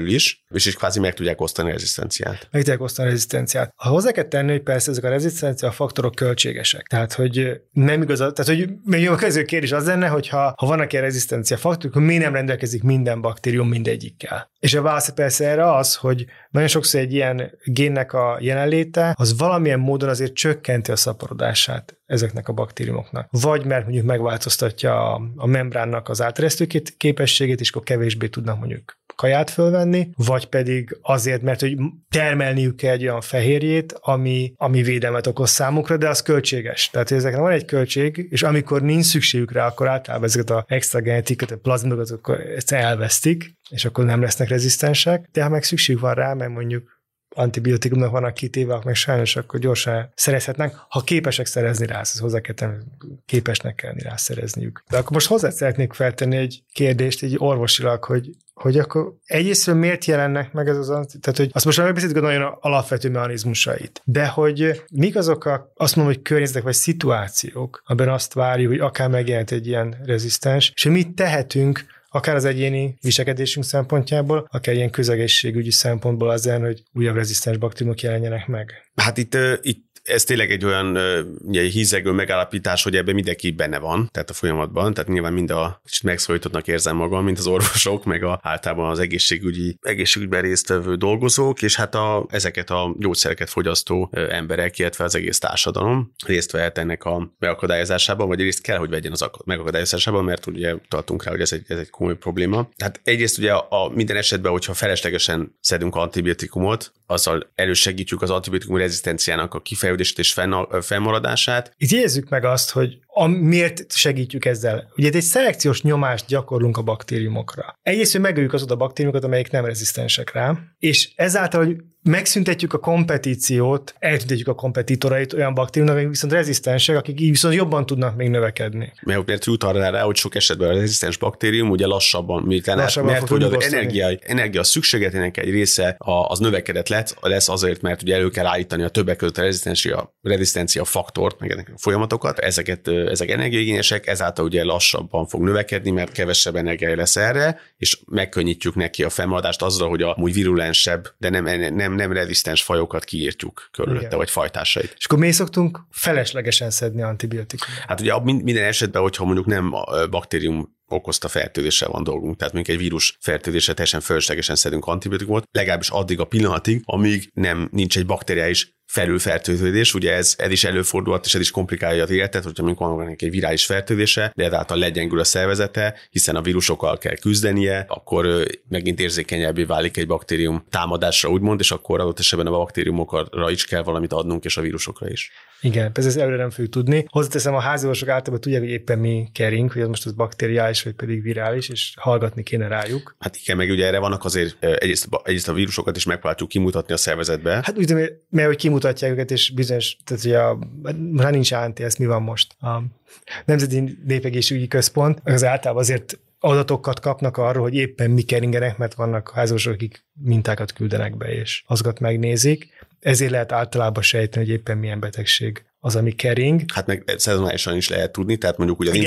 És is kvázi meg tudják osztani a rezisztenciát. Meg tudják osztani a rezisztenciát. Ha hozzá kell tenni, hogy persze ezek a rezisztencia faktorok költségesek. Tehát, hogy nem igaz, tehát, hogy még a következő kérdés az lenne, hogy ha vannak ilyen rezisztencia faktorok, akkor miért nem rendelkezik minden baktérium mindegyikkel. És a válasz persze erre az, hogy nagyon sokszor egy ilyen génnek a jelenléte, az valamilyen módon azért csökkenti a szaporodását ezeknek a baktériumoknak. Vagy mert mondjuk megváltoztatja a membránnak az áteresztő képességét, és akkor kevésbé tudnak mondjuk kaját fölvenni, vagy pedig azért, mert hogy termelniük kell egy olyan fehérjét, ami védelmet okoz számukra, de az költséges. Tehát ezeknek van egy költség, és amikor nincs szükségük rá, akkor általában ezeket az extra genetiket, a plazmidokat, akkor ezt elvesztik, és akkor nem lesznek rezisztensek, de ha meg szükség van rá, mert mondjuk antibiotikumnak vannak kitéve, akkor meg sajnos akkor gyorsan szerezhetnek, ha képesek szerezni rá, ezt hozzá kell tenni, képesnek kell rá szerezniük. De akkor most hozzá szeretnék feltenni egy kérdést, egy orvosilag, hogy akkor egyrésztről miért jelennek meg ez az, tehát hogy azt most már megbeszéltük a nagyon alapvető mechanizmusait, de hogy mik azok azt mondom, hogy környezetek vagy szituációk, amiben azt várjuk, hogy akár megjelent egy ilyen rezisztens, és mit tehetünk akár az egyéni viselkedésünk szempontjából, akár ilyen közegészségügyi szempontból azért, hogy újabb rezisztens baktériumok jelenjenek meg. Hát itt ez tényleg egy olyan hízegő megállapítás, hogy ebben mindenki benne van, tehát a folyamatban, tehát nyilván mind kicsit megszólítottnak érzem magam, mint az orvosok, meg általában az egészségügyben résztvevő dolgozók, és hát ezeket a gyógyszereket fogyasztó emberek, illetve az egész társadalom részt vehet ennek a megakadályozásában, vagy részt kell, hogy vegyen az megakadályozásában, mert ugye tartunk rá, hogy ez egy komoly probléma. Tehát egyrészt ugye minden esetben, hogyha feleslegesen szedünk antibiotikumot, azzal elősegítjük az antibiotikum rezisztenciának a kifejlődését és fennmaradását. Itt jegyezzük meg azt, hogy miért segítjük ezzel. Ugye egy szelekciós nyomást gyakorlunk a baktériumokra. Egyrészt, hogy megöljük azokat a baktériumokat, amelyek nem rezisztensek rá, és ezáltal, hogy megszüntetjük a kompetíciót, eltüntetjük a kompetitorait olyan baktériumnak, akik viszont rezisztensek, akik így viszont jobban tudnak még növekedni. Mert jut arra rá, hogy sok esetben a rezisztens baktérium ugye lassabban, mert hogy az energia szükségetének egy része az növekedett lesz azért, mert ugye elő kell állítani a többek között a rezisztencia faktort, meg a folyamatokat. Ezek energiaigényesek, ezáltal ugye lassabban fog növekedni, mert kevesebb energia lesz erre, és megkönnyítjük neki a fennmaradást azzal, hogy amúgy virulensebb, de nem rezisztens fajokat kiírtjuk körülötte, igen, vagy fajtásait. És akkor miért szoktunk feleslegesen szedni antibiotikumot? Hát ugye minden esetben, hogyha mondjuk nem baktérium okozta fertőzéssel van dolgunk. Tehát mondjuk egy vírus fertőzéssel teljesen fölöslegesen szedünk antibiotikumot, legalábbis addig a pillanatig, amíg nincs egy bakteriális felülfertőződés, ugye ez is előfordulhat, és ez is komplikálja az életet, hogyha mondjuk van egy virális fertőzése, de ezáltal legyengül a szervezete, hiszen a vírusokkal kell küzdenie, akkor megint érzékenyebbé válik egy baktérium támadásra, úgymond, és akkor adott esetben a baktériumokra is kell valamit adnunk, és a vírusokra is. Igen, ezt előre nem fogjuk tudni. Hozzáteszem, a háziorvosok általában tudják, hogy éppen mi kering, hogy ez most az bakteriális, vagy pedig virális, és hallgatni kéne rájuk. Hát igen, meg ugye erre vannak azért egyrészt a vírusokat is megpróbáljuk kimutatni a szervezetbe. Hát úgy, mert hogy kimutatják őket, és bizonyos, tehát ugye rá nincs ANTS, mi van most? A Nemzeti Népegészségügyi Központ, az általában azért adatokat kapnak arról, hogy éppen mi keringenek, mert vannak háziorvosok, akik mintákat küldenek be, és azokat megnézik. Ezért lehet általában sejteni, hogy éppen milyen betegség az, ami kering. Hát meg szezonálisan is lehet tudni, tehát mondjuk ugye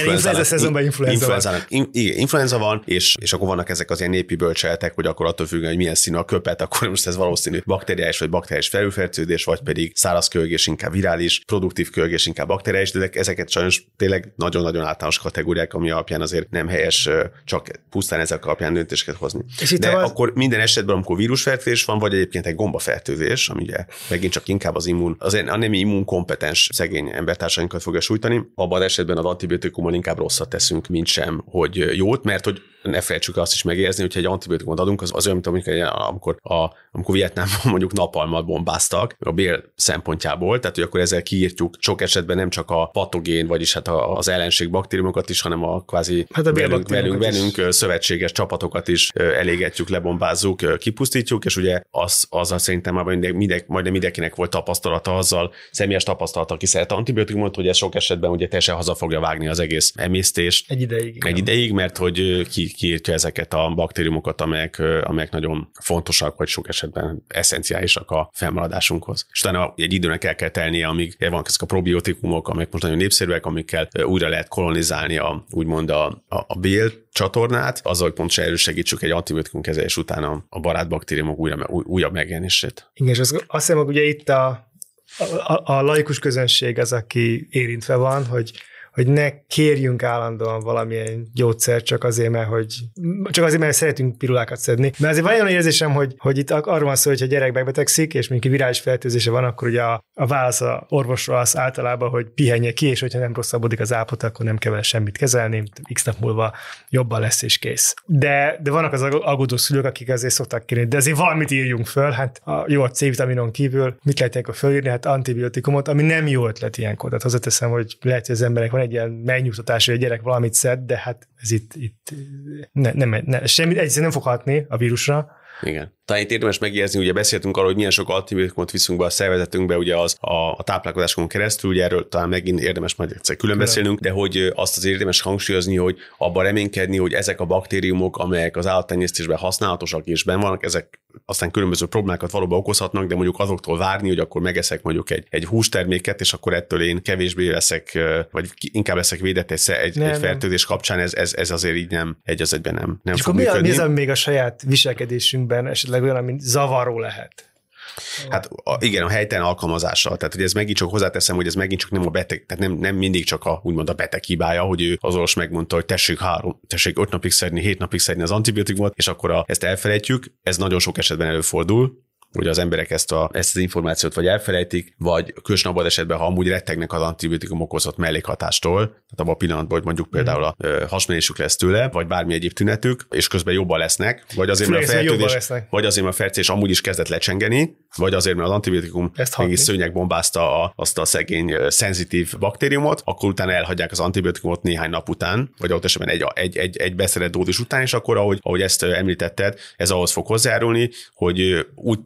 influenza van, és akkor vannak ezek az ilyen népi bölcseletek, hogy akkor attól függően, hogy milyen színű a köpet, akkor most ez valószínű bakteriális vagy bakteriális felülfertőzés, vagy pedig száraz kölgés inkább virális, produktív kölgés inkább bakteriális, de ezeket sajnos tényleg nagyon-nagyon általános kategóriák, ami alapján azért nem helyes csak pusztán ezek alapján döntéseket hozni. De akkor minden esetben, amikor vírusfertőzés van, vagy egyébként egy gombafertőzés, ami ugye megint csak inkább a nem immunkompetens szegény embertársainkat fogja sújtani, abban az esetben az antibiotikummal inkább rosszat teszünk, mint sem, hogy jót, mert hogy ne felejtsük azt is megérzni, hogyha egy antibiotikumot adunk, az olyan, mint amikor Vietnámban mondjuk napalmat bombáztak a bél szempontjából, tehát hogy akkor ezzel kiírtjuk sok esetben nem csak a patogén, vagyis hát az ellenség baktériumokat is, hanem a kvázi velünk szövetséges csapatokat is elégetjük, lebombázzuk, kipusztítjuk, és ugye azzal szerintem már majdnem mindenkinek volt tapasztalata azzal, személyes tapasztalata, aki szeret antibiotikumot, hogy ez sok esetben ugye teljesen haza fogja vágni az egész emésztést. Egy ideig, mert hogy kiírtja ezeket a baktériumokat, amelyek nagyon fontosak, vagy sok esetben eszenciálisak a fennmaradásunkhoz. És utána egy időnek el kell telnie, amíg vannak ezek a probiotikumok, amelyek most nagyon népszerűek, amikkel újra lehet kolonizálni úgymond a bél csatornát, azzal, hogy pontosan elősegítsük egy antibiotikum kezelés után a barátbaktériumok újabb megjelenését. Igen, és azt hiszem, hogy ugye itt a laikus közönség az, aki érintve van, hogy ne kérjünk állandóan valamilyen gyógyszer csak azért, mert szeretünk pirulákat szedni. Mert azért van olyan érzésem, hogy itt arról van szó, hogy ha gyerek megbetegszik, és mondjuk virális fertőzése van, akkor ugye a válasz a orvosról az általában, hogy pihenje ki, és hogyha nem rosszabbodik az állapot, akkor nem kell semmit kezelni, x nap múlva jobban lesz és kész. De vannak az aggódó szülők, akik azért szoktak kérni, de azért valamit írjunk föl, hát a C-vitaminon kívül mit lehet ilyenkor fölírni? Hát antibiotikumot, ami nem jó ötlet ilyenkor. Tehát hozzáteszem, hogy lehet, hogy az emberek van egy ilyen megnyugtatás, hogy a gyerek valamit szed, de hát ez itt semmit egyszerűen nem fog hatni a vírusra. Igen. Talán itt érdemes megjegyezni, ugye beszéltünk arról, hogy milyen sok antibiotikumot viszünk be a szervezetünkbe, ugye az a táplálkozáson keresztül, ugye erről talán megint érdemes majd egyszer külön beszélnünk, de hogy azt az érdemes hangsúlyozni, hogy abban reménykedni, hogy ezek a baktériumok, amelyek az állattenyésztésben használatosak és benn vannak, ezek aztán különböző problémákat valóban okozhatnak, de mondjuk azoktól várni, hogy akkor megeszek mondjuk egy hústerméket, és akkor ettől én kevésbé leszek, vagy inkább leszek védett egy fertőzés kapcsán, ez azért így nem egy az egyben nem fog működni. Mi az, ami még a saját viselkedésünkben esetleg olyan, ami zavaró lehet? Hát igen, a helytelen alkalmazással. Tehát, hogy ez megint csak hozzáteszem, hogy ez megint csak nem a beteg, tehát nem mindig csak úgymond a beteg hibája, hogy ő az orvos megmondta, hogy tessék 5 napig szedni, 7 napig szedni az antibiotikumot, és akkor ezt elfelejtjük. Ez nagyon sok esetben előfordul, hogy az emberek ezt az információt vagy elfelejtik, vagy különösen abban esetben, ha amúgy rettegnek az antibiotikum okozott mellékhatástól, tehát abban a pillanatban, hogy mondjuk például a hasmenésük lesz tőle, vagy bármi egyéb tünetük, és közben jobban lesznek, vagy azért, mert a fertőzés, vagy azért, mert a fertőzés amúgy is kezdett lecsengeni, vagy azért, mert az antibiotikum mégis szőnyegbombázta azt a szegény szenzitív baktériumot, akkor utána elhagyják az antibiotikumot néhány nap után, vagy ott esetben egy beszedett dózis után, és akkor, ahogy ezt említetted, ez ahhoz fog hozzájárulni, hogy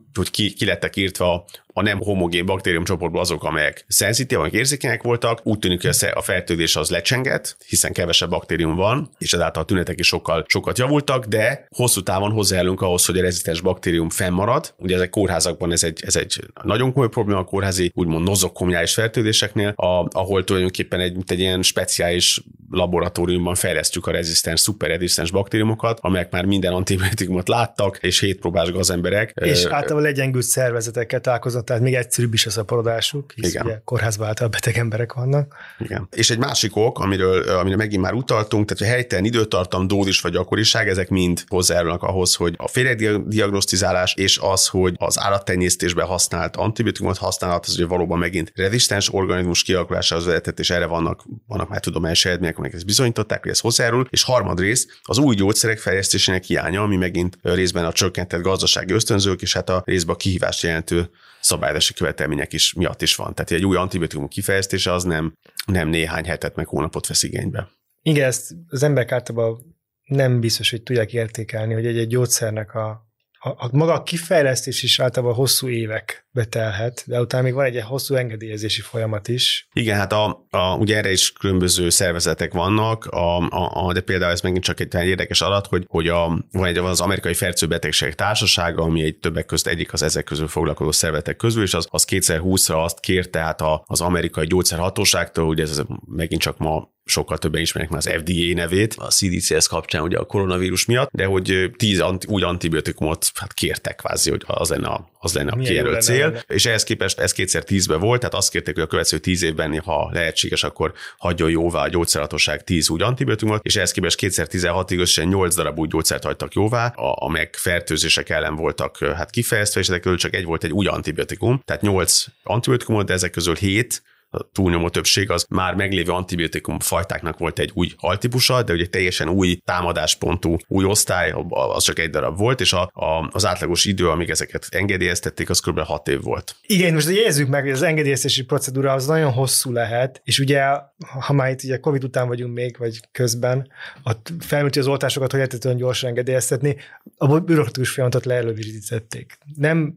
ki lettek írtva a nem homogén baktériumcsoportból azok, amelyek szenzitív, amelyek érzékenyek voltak, úgy tűnik, hogy a fertőzés az lecsengett, hiszen kevesebb baktérium van, és ezáltal a tünetek is sokat javultak, de hosszú távon hozzájárulunk ahhoz, hogy a rezisztens baktérium fennmarad. Ugye ezek kórházakban ez egy nagyon komoly probléma a kórházi, úgymond nozokomiális fertőzéseknél, ahol tulajdonképpen egy ilyen speciális laboratóriumban fejlesztjük a rezisztens, szuperrezisztens baktériumokat, amelyek már minden antibiotikumot láttak, és hétpróbás gazemberek. És általában legyengült szervezetekkel találkoznak, tehát még egyszerűbb is a szaporodásuk, hisz ugye kórházba által beteg emberek vannak. Igen. És egy másik ok, amire megint már utaltunk, tehát a helytelen időtartam, dózis vagy gyakoriság, ezek mind hozzájárulnak ahhoz, hogy a félrediagnosztizálás és az, hogy az állattenyésztésben használt antibiotikumot használat, az ugye valóban megint rezisztens organizmus kialakulásához vezetett, és erre vannak már tudományos eredmények, amelyek ezt bizonyították, hogy ez hozzájárul, és harmadrészt az új gyógyszerek fejlesztésének hiánya, ami megint részben a csökkentett gazdasági ösztönzők, és hát a részben a kihívást jelentő szabályozási követelmények miatt is van. Tehát egy új antibiotikum kifejlesztése az nem néhány hetet meg hónapot vesz igénybe. Igen, ezt az emberek általában nem biztos, hogy tudják értékelni, hogy egy gyógyszernek maga a kifejlesztés is általában hosszú évekbe telhet, de utána még van egy hosszú engedélyezési folyamat is. Igen, hát ugye erre is különböző szervezetek vannak, de például ez megint csak egy érdekes adat, hogy van az Amerikai Fertőbetegségek Társasága, ami egy többek között egyik az ezek közül foglalkozó szervezetek közül, és az 2020-ra azt kérte hát az Amerikai Gyógyszerhatóságtól, ugye ez megint csak ma sokkal többen ismernek már az FDA nevét, a CDC-hez kapcsán ugye a koronavírus miatt, de hogy 10 új antibiotikumot kértek kvázi, hogy az lenne a kijelölt cél, és ehhez képest ez 2010-ben volt, tehát azt kérték, hogy a következő 10 évben, ha lehetséges, akkor hagyjon jóvá a gyógyszerhatóság 10 új antibiotikumot, és ehhez képest 2016-ig összesen 8 darab új gyógyszert hagytak jóvá, amelyek fertőzések ellen voltak kifejeztve, és ezek közül csak egy volt egy új antibiotikum, tehát 8 antibiotikumot, de ezek közül 7 a túlnyomó többség az már meglévő antibiotikum fajtáknak volt egy új altípusa, de ugye teljesen új támadáspontú új osztály, az csak egy darab volt, és az átlagos idő, amíg ezeket engedélyeztették, az kb. 6 év volt. Igen, most jegyezzük meg, hogy az engedélyeztetési procedúra az nagyon hosszú lehet, és ugye, ha már itt ugye Covid után vagyunk még, vagy közben, ott felmúlti az oltásokat, hogy lehetett olyan gyorsan engedélyeztetni, a bürokratikus folyamatot leelővítették. Nem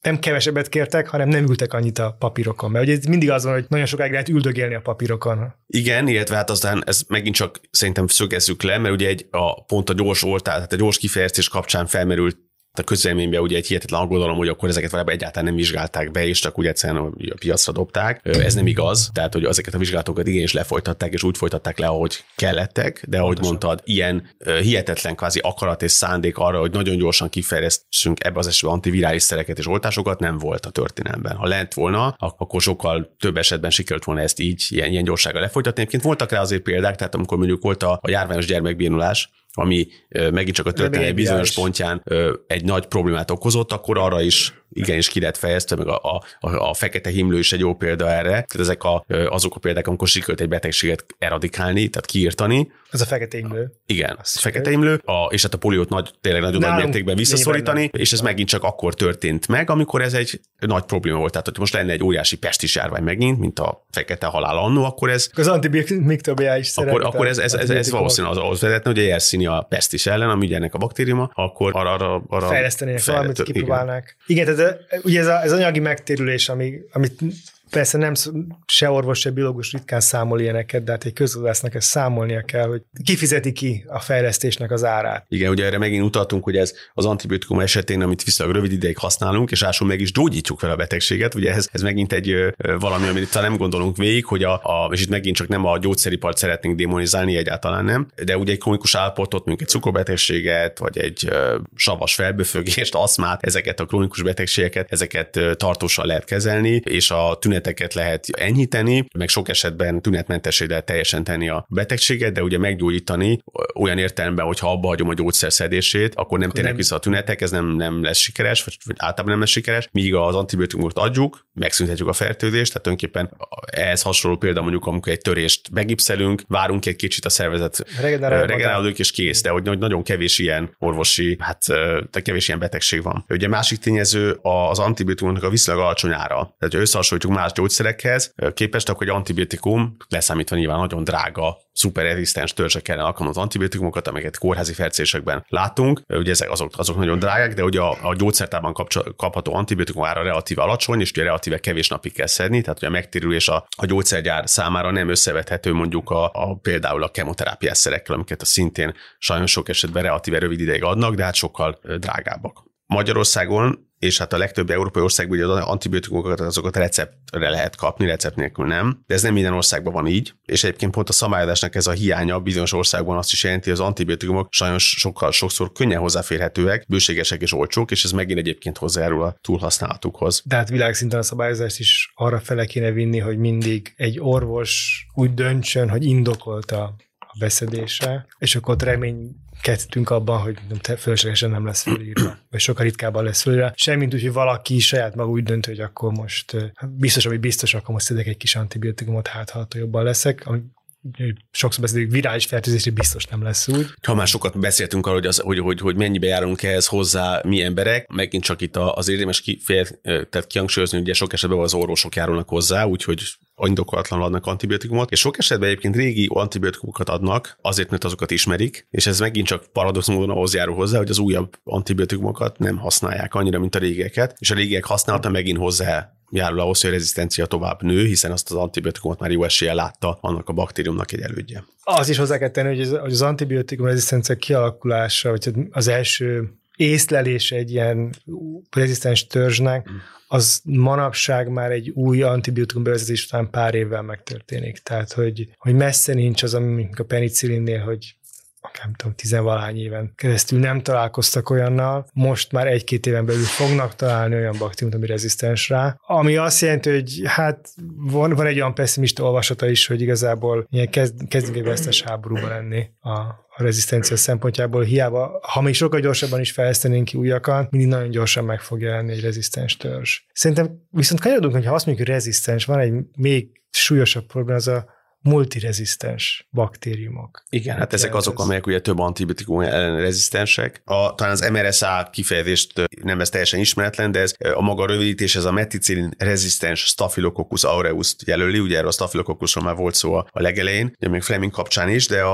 nem kevesebbet kértek, hanem nem ültek annyit a papírokon. Mert ugye mindig az van, hogy nagyon sokáig lehet üldögélni a papírokon. Igen, illetve hát aztán ez megint csak szerintem szögezzük le, mert ugye pont a gyors oltás, tehát a gyors kifejezés kapcsán felmerült a közvéleményben ugye egy hihetetlen aggodalom, hogy akkor ezeket valójában egyáltalán nem vizsgálták be, és csak úgy egyszerűen a piacra dobták. Ez nem igaz, tehát hogy ezeket a vizsgálatokat igenis lefolytatták, és úgy folytatták le, ahogy kellettek, de ahogy mondtad, ilyen hihetetlen kvázi akarat és szándék arra, hogy nagyon gyorsan kifejlesztünk ebbe az esetben antivirális szereket és oltásokat nem volt a történelemben. Ha lent volna, akkor sokkal több esetben sikerült volna ezt így ilyen gyorsággal lefolytatni. Egyébként voltak rá azért példák, tehát amikor mondjuk volt a járványos gyermekbénulás, ami megint csak a történet bizonyos pontján egy nagy problémát okozott, akkor arra is igenis ki lett fejeztve, meg a fekete himlő is egy jó példa erre. Tehát ezek azok a példák, amikor sikerült egy betegséget eradikálni, tehát kiírtani. Ez a fekete himlő. Igen, a fekete himlő, és hát a poliót tényleg nagyon nagy mértékben visszaszorítani, és ez megint csak akkor történt meg, amikor ez egy nagy probléma volt. Tehát, hogy most lenne egy óriási pestis járvány megint, mint a fekete halál annó, akkor ez... Az antibiotikumiktóbiális szerepet. Akkor ez valószínűleg ahhoz vezetne, hogy a Yersinia pestis ellen, ami ugye ennek a baktériuma, akkor arra fejlesztenének valamit, kipróbálnák. Igen, tehát ugye ez anyagi megtérülés, amit persze nem se orvos, se biológus ritkán számol ilyeneket, de hát egy közgazdásznak ezt számolnia kell, hogy kifizeti ki a fejlesztésnek az árát. Igen, ugye erre megint utaltunk, hogy ez az antibiotikum esetén, amit viszonylag rövid ideig használunk, és ásul meg is gyógyítjuk fel a betegséget. Ugye ez megint egy valami, amit talán nem gondolunk végig, hogy és itt megint csak nem a gyógyszeripart szeretnénk démonizálni, egyáltalán nem, de ugye egy krónikus állapotot, mondjuk egy cukorbetegséget, vagy egy savas felbőfögést, aszmát, ezeket a krónikus betegségeket, ezeket tartósan lehet kezelni, és a tüneteket lehet enyhíteni, meg sok esetben tünetmentessé lehet teljesen tenni a betegséget, de ugye meggyógyítani olyan értelemben, hogyha abba hagyom a gyógyszer szedését, akkor nem térnek vissza a tünetek, ez nem lesz sikeres, vagy általában nem lesz sikeres, míg az antibiotikumot adjuk, megszüntetjük a fertőzést, tehát tulajdonképpen ehhez hasonló példa mondjuk, amikor egy törést begipszelünk, várunk egy kicsit a szervezet regenerálódik és kész, de hogy nagyon kevés ilyen orvosi, kevés ilyen betegség van. Ugye másik tényező az antibiotikumnak a viszonylag alacsony ára. Tehát, hogy összehasonlítjuk más gyógyszerekhez képest, akkor egy antibiotikum, leszámítva nyilván nagyon drága, szuperrezisztens törzsek ellen alkalmazott antibiotikumokat, amiket kórházi fertőzésekben látunk. Ugye ezek azok nagyon drágák, de ugye a gyógyszertárban kapható antibiotikum ára relatíve alacsony, és ugye relatíve kevés napig kell szedni, tehát ugye a megtérülés a gyógyszergyár számára nem összevethető mondjuk például a kemoterápiás szerekkel, amiket szintén sajnos sok esetben relatíve rövid ideig adnak, de hát sokkal drágábbak. Magyarországon és hát a legtöbb európai országban ugye az antibiotikumokat azokat receptre lehet kapni, recept nélkül nem, de ez nem minden országban van így, és egyébként pont a szabályozásnak ez a hiánya bizonyos országban azt is jelenti, hogy az antibiotikumok sajnos sokszor könnyen hozzáférhetőek, bőségesek és olcsók, és ez megint egyébként hozzájárul a túlhasználatukhoz. De hát világszinten a szabályozást is arra fele kéne vinni, hogy mindig egy orvos úgy döntsön, hogy indokolta a beszedése, és akkor ott reménykedtünk abban, hogy fölöslegesen nem lesz fölírva, vagy sokkal ritkábban lesz fölírva. Semmint úgy, hogy valaki saját maga úgy dönt, hogy akkor most biztos, akkor most szedek egy kis antibiotikumot, ha jobban leszek, ami sokszor beszélünk, virális fertőzésre biztos nem lesz úgy. Ha már sokat beszéltünk arról, hogy mennyibe járunk ehhez hozzá mi emberek, megint csak itt az érdemes tehát kihangsúlyozni, hogy ugye sok esetben az orvosok járulnak hozzá, úgyhogy indokolatlanul adnak antibiotikumot, és sok esetben egyébként régi antibiotikumokat adnak, azért, mert azokat ismerik, és ez megint csak paradox módon ahhoz járul hozzá, hogy az újabb antibiotikumokat nem használják annyira, mint a régieket, és a régiek használata megint hozzá járul ahhoz, hogy a rezisztencia tovább nő, hiszen azt az antibiotikumot már jó eséllyel látta annak a baktériumnak egy elődje. Az is hozzá kell tenni, hogy az antibiotikum rezisztencia kialakulása, vagy az első észlelése egy ilyen rezisztens törzsnek, az manapság már egy új antibiotikum bevezetés után pár évvel megtörténik. Tehát, hogy messze nincs az, ami a penicillinnél, hogy nem tudom, 10-valahány éven keresztül nem találkoztak olyannal, most már 1-2 éven belül fognak találni olyan baktériumot, ami rezisztens rá, ami azt jelenti, hogy hát van egy olyan pessimista olvasata is, hogy igazából ilyen kezdünk egy vesztes háborúban lenni a rezisztencia szempontjából, hiába, ha még sokkal gyorsabban is fejlesztenénk ki újakat, mindig nagyon gyorsan meg fog jelenni egy rezisztens törzs. Szerintem viszont kanyarodunk, hogy ha azt mondjuk, hogy rezisztens, van egy még súlyosabb probléma, az a multirezisztens baktériumok. Igen, hát ezek azok, amelyek ugye több antibiotikum ellen rezisztensek. Talán az MRSA kifejezést nem ez teljesen ismeretlen, de ez a maga rövidítés, ez a meticillin rezisztens Staphylococcus aureus jelöli, ugye erről a Staphylococcusról már volt szó a legelején, ugye még Fleming kapcsán is, de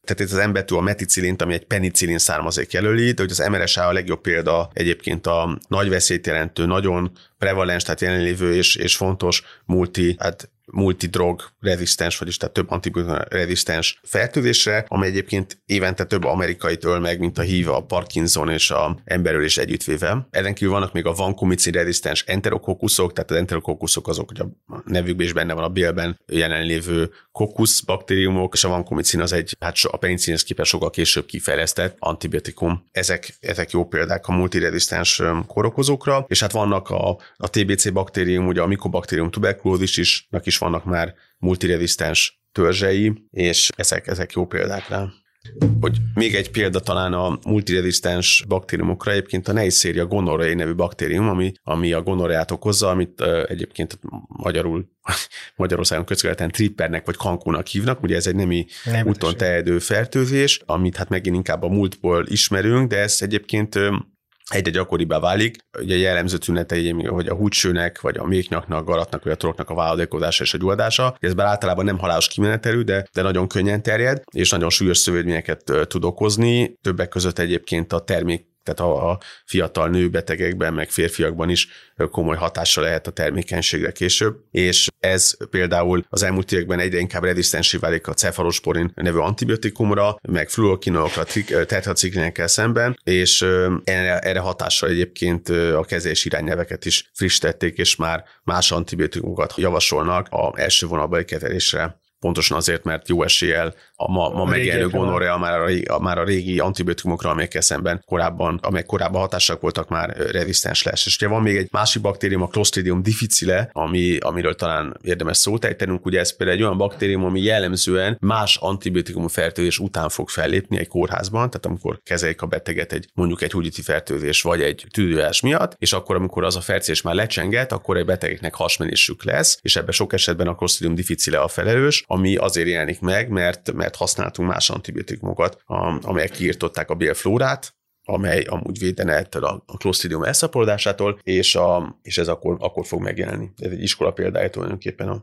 tehát ez az M betű a meticillint, ami egy penicillin származék jelöli, de hogy az MRSA a legjobb példa egyébként a nagy veszélyt jelentő, nagyon prevalens, tehát jelenlévő és fontos multidrog rezisztens, vagyis tehát több antibiotikum rezisztens fertőzésre, ami egyébként évente több amerikait öl meg, mint a HIV, a Parkinson és a emberölés együttvéve. Ezen kívül vannak még a vancomicin rezisztens enterokokkuszok, tehát az enterokokkuszok azok, hogy a nevükben is benne van a bélben jelenlévő kokkusz baktériumok, és a vancomicin az egy, hát a penicillinhez képest sokkal később kifejlesztett antibiotikum. Ezek jó példák a multirezisztens kórokozókra, és hát vannak a TBC baktérium, ugye a Mycobacterium tuberculosis-nak is vannak már multirezisztens törzsei, és ezek jó példák rá. Hogy még egy példa talán a multirezisztens baktériumokra, egyébként a Neisseria gonorrhoeae nevű baktérium, ami a gonorreát okozza, amit egyébként Magyarországon közvetlen trippernek vagy kankónak hívnak, ugye ez egy nemi úton terjedő fertőzés, amit hát megint inkább a múltból ismerünk, de ez egyébként egyre gyakoribbá válik. Ugye jellemző tünetei, hogy a húcsőnek, vagy a méknyaknak, garatnak, vagy a toroknak a váladékozása és a gyulladása. Ez bár általában nem halálos kimenetelű, de nagyon könnyen terjed, és nagyon súlyos szövődményeket tud okozni. Többek között egyébként a termék, tehát a fiatal nőbetegekben, meg férfiakban is komoly hatással lehet a termékenységre később, és ez például az elmúlt években egyre inkább rezisztensé válik a cefalosporin nevű antibiotikumra, meg fluorokinolokra, tetraciklinekkel szemben, és erre hatással egyébként a kezelés irányelveket is frissítették, és már más antibiotikumokat javasolnak az első vonalbeli kezelésre. Pontosan azért, mert jó eséllyel a ma megjelenő gonorrea már a régi antibiotikumokra, amelyekkel szemben amelyek korábban hatásak voltak, már rezisztens lesz. És ugye van még egy másik baktérium, a Clostridium difficile, amiről talán érdemes szót ejtenünk. Ugye ez például egy olyan baktérium, ami jellemzően más antibiotikum fertőzés után fog fellépni egy kórházban, tehát amikor kezelik a beteget mondjuk egy húgyiti fertőzés vagy egy tüdőjárás miatt, és akkor, amikor az a fertőzés már lecsenget, akkor egy betegeknek hasmenésük lesz, és ebben sok esetben a Clostridium difficile a felelős, ami azért jelenik meg, mert használtunk más antibiotikumokat, amelyek kiirtották a bélflórát, amely amúgy védene ettől a Clostridium elszaporodásától, és ez akkor fog megjelenni. Ez egy iskola példája tulajdonképpen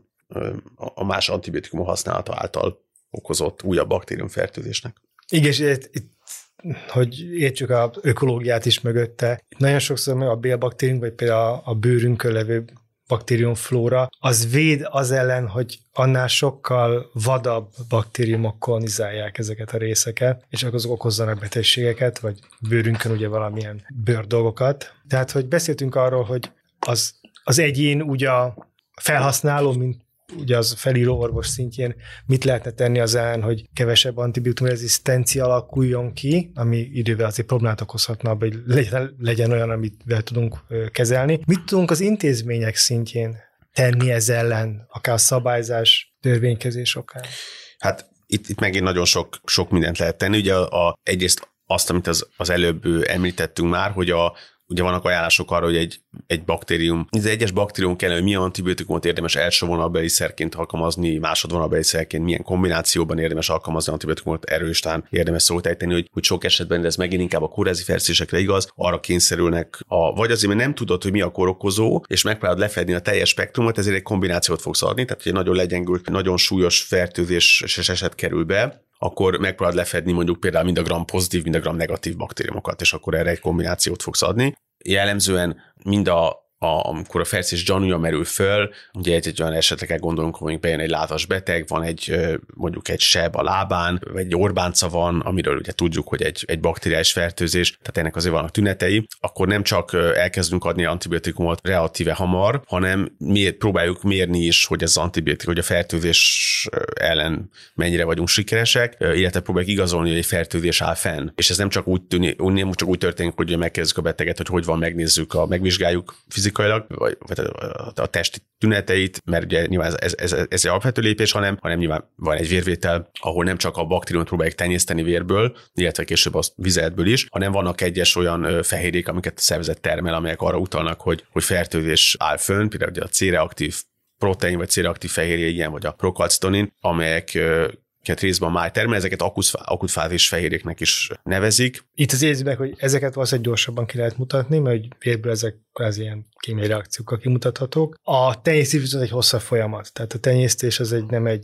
a más antibiotikum használata által okozott újabb baktériumfertőzésnek. Igen, és itt, hogy értsük az ökológiát is mögötte, nagyon sokszor a bélbaktérium, vagy például a bőrünkön levő baktériumflóra, az véd az ellen, hogy annál sokkal vadabb baktériumok kolonizálják ezeket a részeket, és azok okozzanak betegségeket, vagy bőrünkön ugye valamilyen bőrdolgokat. Tehát, hogy beszéltünk arról, hogy az egyén ugye a felhasználó, mint ugye az felíró orvos szintjén mit lehetne tenni az ellen, hogy kevesebb antibiotikum rezisztencia alakuljon ki, ami idővel azért problémát okozhatna, hogy legyen olyan, amit tudunk kezelni. Mit tudunk az intézmények szintjén tenni ez ellen, akár a szabályzás, törvénykezés okán? Hát itt megint nagyon sok mindent lehet tenni. Ugye egyrészt azt, amit az előbb említettünk már, hogy ugye vannak ajánlások arra, hogy egy baktérium, az egyes baktérium kellene, hogy milyen antibiotikumot érdemes első vonalbeli szerként alkalmazni, másodvonalbeli szerként, milyen kombinációban érdemes alkalmazni antibiotikumot, erről is talán érdemes szót ejteni, hogy sok esetben, de ez megint inkább a kórházi fertőzésekre igaz, arra kényszerülnek, vagy azért, mert nem tudod, hogy mi a kórokozó, és megpróbálod lefedni a teljes spektrumot, ezért egy kombinációt fogsz adni, tehát hogy egy nagyon legyengült, nagyon súlyos fertőzéses eset kerül be, akkor megpróbálod lefedni mondjuk például mind a gram pozitív, mind a gram negatív baktériumokat, és akkor erre egy kombinációt fogsz adni. Jellemzően amikor a fertőzés gyanúja merül föl, ugye egy olyan esetre kell gondolunk, hogy bejön egy látvas beteg, van mondjuk egy seb a lábán, vagy egy orbánca van, amiről ugye tudjuk, hogy egy bakteriális fertőzés, tehát ennek azért vannak tünetei, akkor nem csak elkezdünk adni antibiotikumot relatíve hamar, hanem próbáljuk mérni is, hogy az antibiotikum, hogy a fertőzés ellen mennyire vagyunk sikeresek, illetve próbáljuk igazolni, hogy egy fertőzés áll fenn. És ez nem csak úgy történik, hogy megkezdjük a beteget, hogy van, megvizsgáljuk fizikailag, vagy a testi tüneteit, mert ugye nyilván ez egy alapvető lépés, hanem nyilván van egy vérvétel, ahol nem csak a baktériumot próbáljuk tenyészteni vérből, illetve később a vizeletből is, hanem vannak egyes olyan fehérjék, amiket a szervezet termel, amelyek arra utalnak, hogy fertőzés áll fönn, például a C-reaktív protein vagy C-reaktív fehérje ilyen, vagy a prokalcitonin, amelyek részben a máj termel, ezeket akutfázis fehérjéknek is nevezik. Itt az érzőben, hogy ezeket valószínűleg gyorsabban ki lehet mutatni, mert vérből ezek az ilyen kémiai reakciókkal kimutathatók. A tenyésztés viszont egy hosszabb folyamat, tehát a tenyésztés az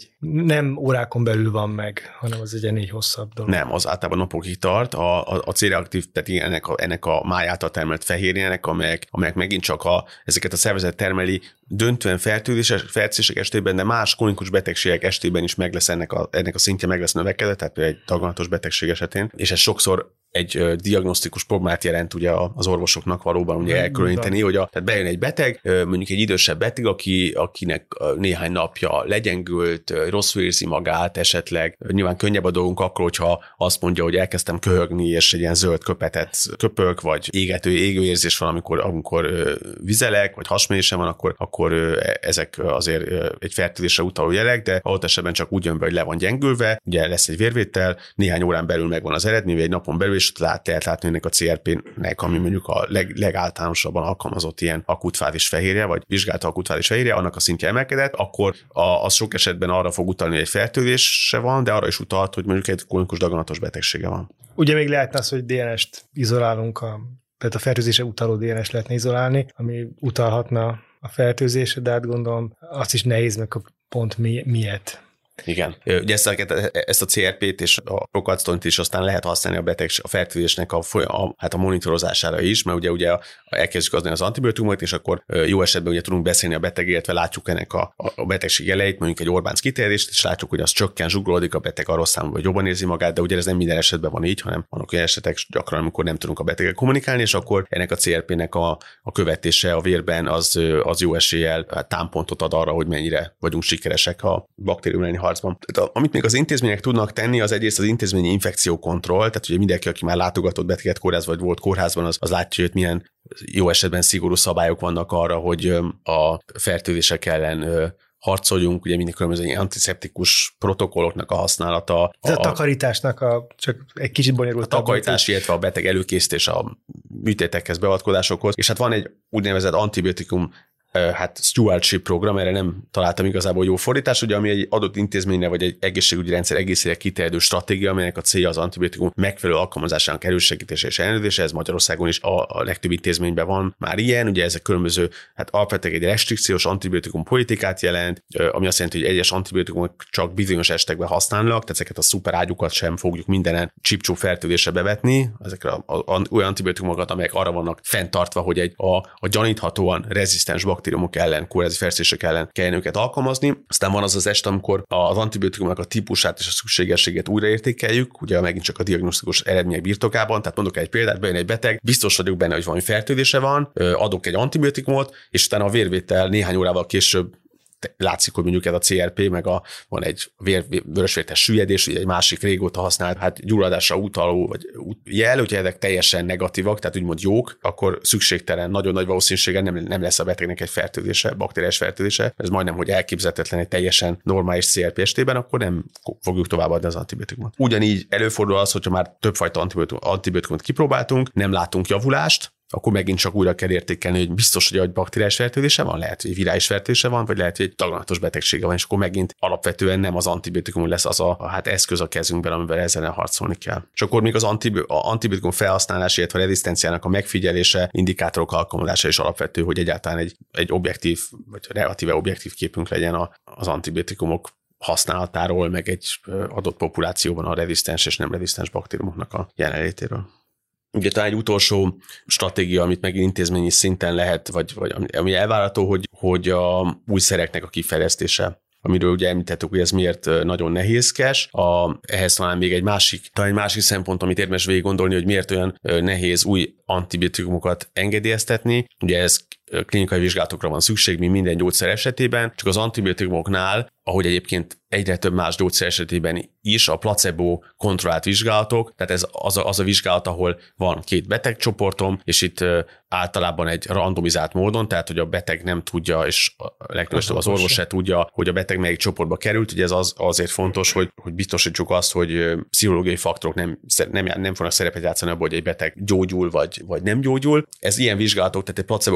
nem órákon belül van meg, hanem az egy ennél hosszabb dolog. Nem, az általában napokig tart. A C-reaktív, tehát ennek a máj által termelt fehérjének, amelyek megint csak ezeket a szervezet termeli, döntően fertőzések esetében, de más krónikus betegségek esetében is meg lesz ennek a szintje meg lesz növekedett, tehát egy daganatos betegség esetén, és ez sokszor egy diagnosztikus problémát jelent ugye az orvosoknak valóban ugye elkülöníteni, hogy tehát bejön egy beteg, mondjuk egy idősebb beteg, akinek néhány napja legyengült, rosszul érzi magát esetleg, nyilván könnyebb a dolgunk akkor, hogyha azt mondja, hogy elkezdtem köhögni, és egy ilyen zöld köpetet köpök, vagy égő érzés van, amikor vizelek, vagy hasmenésem van, akkor ezek azért egy fertőzésre utaló jelek, de ahol esetben csak úgy jön be, hogy le van gyengülve, ugye lesz egy vérvétel, néhány órán belül megvan az eredmény, vagy egy napon belül, és lehet látni ennek a CRP-nek, ami mondjuk a legáltalánosabban alkalmazott ilyen akutfázis fehérje, vagy vizsgált akutfázis fehérje, annak a szintje emelkedett, akkor az sok esetben arra fog utalni, hogy egy fertőzése van, de arra is utalt, hogy mondjuk egy krónikus daganatos betegsége van. Ugye még lehetne az, hogy DNS-t izolálunk, tehát a fertőzésre utaló DNS lehetne izolálni, ami utalhatna a fertőzésre, de hát gondolom azt is nehéz meg pont miért. Igen. Ugye ezt a CRP-t és a prokactont is aztán lehet használni a fertőzésnek a monitorozására is, mert ugye elkezdjük adni az antibiotikumot, és akkor jó esetben ugye tudunk beszélni a beteg, illetve látjuk ennek a betegség jeleit, mondjuk egy Orbánc kiterjedést, és látjuk, hogy az csökken, zsugolódik, a beteg arról számol, hogy jobban érzi magát, de ugye ez nem minden esetben van így, hanem vannak olyan esetek gyakran, amikor nem tudunk a beteggel kommunikálni, és akkor ennek a CRP-nek a követése a vérben az jó eséllyel támpontot ad arra, hogy mennyire vagyunk sikeresek a baktérium elleni harcban. Tehát, amit még az intézmények tudnak tenni, az egyrészt az intézményi infekciókontroll, tehát ugye mindenki, aki már látogatott beteget kórházba, vagy volt kórházban, az látja, hogy milyen jó esetben szigorú szabályok vannak arra, hogy a fertőzések ellen harcoljunk, ugye mindig különböző antiszeptikus protokolloknak a használata. Ez a takarításnak csak egy kicsit bonyolultabb. A takarítás, illetve a beteg előkészítés a műtétekhez, beavatkozásokhoz, és hát van egy úgynevezett antibiotikum stewardship program, erre nem találtam igazából jó fordítás, ugye, ami egy adott intézményre vagy egy egészségügyi rendszer egészére kiterjedő stratégia, amelynek a célja az antibiotikum megfelelő alkalmazásának elősegítése és ellenőrzése, ez Magyarországon is a legtöbb intézményben van már ilyen, ugye ezek különböző, alapvetően egy restrikciós antibiotikum politikát jelent, ami azt jelenti, hogy egyes antibiotikumok csak bizonyos esetekben használnak, tehát ezeket a szuperágyukat sem fogjuk mindenen csip-csup fertőzésre bevetni, ezekre olyan antibiotikumokat, amelyek arra vannak fenntartva, hogy a gyaníthatóan rezisztens baktériumok ellen, kórházi fertőzések ellen kelljen őket alkalmazni. Aztán van az eset, amikor az antibiotikumnak a típusát és a szükségességét újraértékeljük, ugye megint csak a diagnosztikus eredmények birtokában. Tehát mondok egy példát, bejön egy beteg, biztos vagyok benne, hogy valami fertőzése van, adok egy antibiotikumot, és utána a vérvétel néhány órával később látszik, hogy mondjuk ez a CRP, meg van egy vörösvértes süllyedés, egy másik régóta használt, gyulladásra utaló vagy jel, hogyha ezek teljesen negatívak, tehát úgymond jók, akkor szükségtelen, nagyon nagy valószínűséggel nem lesz a betegnek egy fertőzése, bakteriás fertőzése. Ez majdnem, hogy elképzelhetetlen egy teljesen normális CRP esetében, akkor nem fogjuk továbbadni az antibiotikumot. Ugyanígy előfordul az, hogyha már többfajta antibiotikumot kipróbáltunk, nem látunk javulást, akkor megint csak újra kell értékelni, hogy biztos, hogy egy bakteriális fertőzése van, lehet, hogy virális fertőzése van, vagy lehet, hogy egy daganatos betegsége van, és akkor megint alapvetően nem az antibiotikum lesz az eszköz a kezünkben, amivel ezzel harcolni kell. És akkor még az antibiotikum felhasználása, illetve a rezisztenciának a megfigyelése, indikátorok alkalmazása is alapvető, hogy egyáltalán egy objektív, vagy relatíve objektív képünk legyen az antibiotikumok használatáról, meg egy adott populációban a rezisztens és nem rezisztens baktériumoknak a jelenlétéről. Ugye talán egy utolsó stratégia, amit megint intézményi szinten lehet, vagy ami elvárható, hogy a új szereknek a kifejlesztése, amiről ugye említettük, hogy ez miért nagyon nehézkes. Ehhez talán még egy másik szempont, amit érdemes végig gondolni, hogy miért olyan nehéz új antibiotikumokat engedélyeztetni. Ugye ez klinikai vizsgálatokra van szükség, mint minden gyógyszer esetében, csak az antibiotikumoknál, ahogy egyébként egyre több más gyógyszer esetében is, a placebo kontrollált vizsgálatok, tehát ez az a vizsgálat, ahol van két betegcsoportom, és itt általában egy randomizált módon, tehát hogy a beteg nem tudja, és legtöbbször az orvos se tudja, hogy a beteg melyik csoportba került, ugye ez azért fontos, hogy biztosítsuk azt, hogy pszichológiai faktorok nem fognak szerepet játszani abban, hogy egy beteg gyógyul, vagy nem gyógyul. Ez ilyen vizsgálatok, tehát egy placebo kontrollált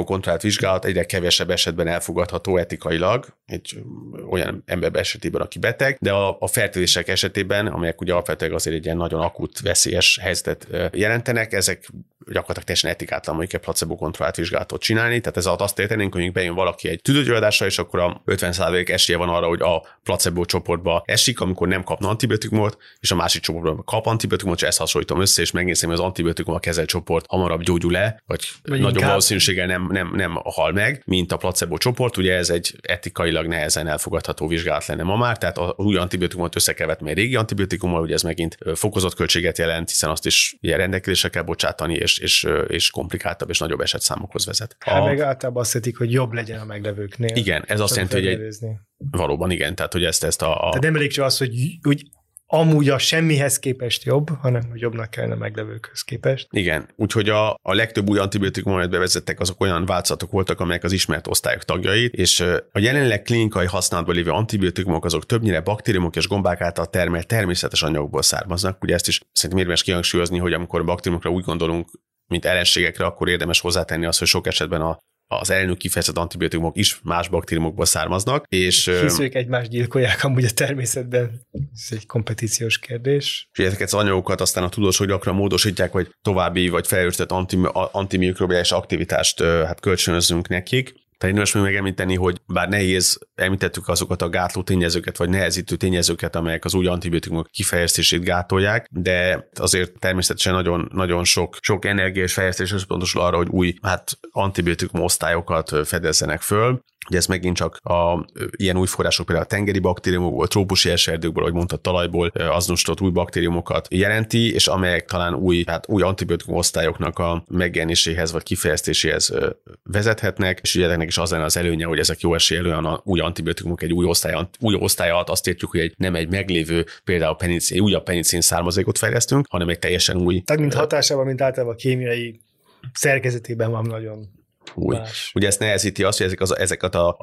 vizsgálat egyre kevesebb esetben elfogadható etikailag, egy olyan ember esetében, aki beteg, de a fertőzések esetében, amelyek ugye alapvetően azért egy ilyen nagyon akut, veszélyes helyzetet jelentenek, ezek gyakorlatilag teljesen etikátlan, mondjuk egy placebo kontrollált vizsgálatot csinálni. Tehát ez alatt azt értenénk, hogy bejön valaki egy tüdőgyulladásra, és akkor a 50% esélye van arra, hogy a placebo csoportba esik, amikor nem kapna antibiotikumot, és a másik csoportban kap antibiotikumot, és ezt hasonlítom össze, és megnézem, hogy az antibiotikummal kezelt csoport hamarabb gyógyul le, vagy nagyobb valószínűséggel nem hal meg, mint a placebo csoport. Ugye ez egy etikailag nehezen elfogadható vizsgálat lenne ma már, tehát az új antibiotikumot össze kell vetni egy régi antibiotikummal, ugye ez megint fokozott költséget jelent, hiszen azt is ilyen rendelkezésre kell bocsátani, és komplikáltabb és nagyobb esetszámokhoz vezet. Meg általában azt hiszik, hogy jobb legyen a meglevőknél. Igen, ez azt jelenti, hogy valóban igen, tehát hogy ezt a... Tehát nem elég csak az, hogy amúgy a semmihez képest jobb, hanem hogy jobbnak kellene a meglevőkhöz képest. Igen, úgyhogy a legtöbb új antibiotikum, amelyet bevezettek, azok olyan változatok voltak, amelyek az ismert osztályok tagjai, és a jelenleg klinikai használatban lévő antibiotikumok azok többnyire baktériumok és gombák által termelt természetes anyagokból származnak. Ugye ezt is szerintem érdemes kihangsúlyozni, hogy amikor a baktériumokra úgy gondolunk, mint ellenségekre, akkor érdemes hozzátenni azt, hogy sok esetben az ellenük kifejezett antibiotikumok is más baktériumokból származnak, és... Hiszük egymást gyilkolják amúgy a természetben. Ez egy kompetíciós kérdés. És ezeket az anyagokat aztán a tudósok gyakran módosítják, hogy további vagy fejlesztett antimikrobiális aktivitást kölcsönözzünk nekik. Tehát érdemes még megemlíteni, hogy bár nehéz, említettük azokat a gátló tényezőket, vagy nehezítő tényezőket, amelyek az új antibiotikumok kifejlesztését gátolják, de azért természetesen nagyon, nagyon sok energia és fejlesztés összpontosul arra, hogy új antibiotikum osztályokat fedezzenek föl. Ugye ez megint csak ilyen új források, például a tengeri baktériumokból, trópusi eserdőkből, ahogy mondta, talajból azonosított új baktériumokat jelenti, és amelyek talán új antibiotikum osztályok a megjelenéséhez vagy kifejlesztéséhez vezethetnek, és ugye ennek is az lenne az előnye, hogy ezek jó eséllyel olyan új antibiotikumok egy új osztály alatt azt értjük, hogy nem egy meglévő, például újabb penicillin származékot fejlesztünk, hanem egy teljesen új. Tehát mint hatásában, mint általában a kémiai szerkezetében van nagyon új. Más. Ugye ezt nehezíti azt, hogy ezeket a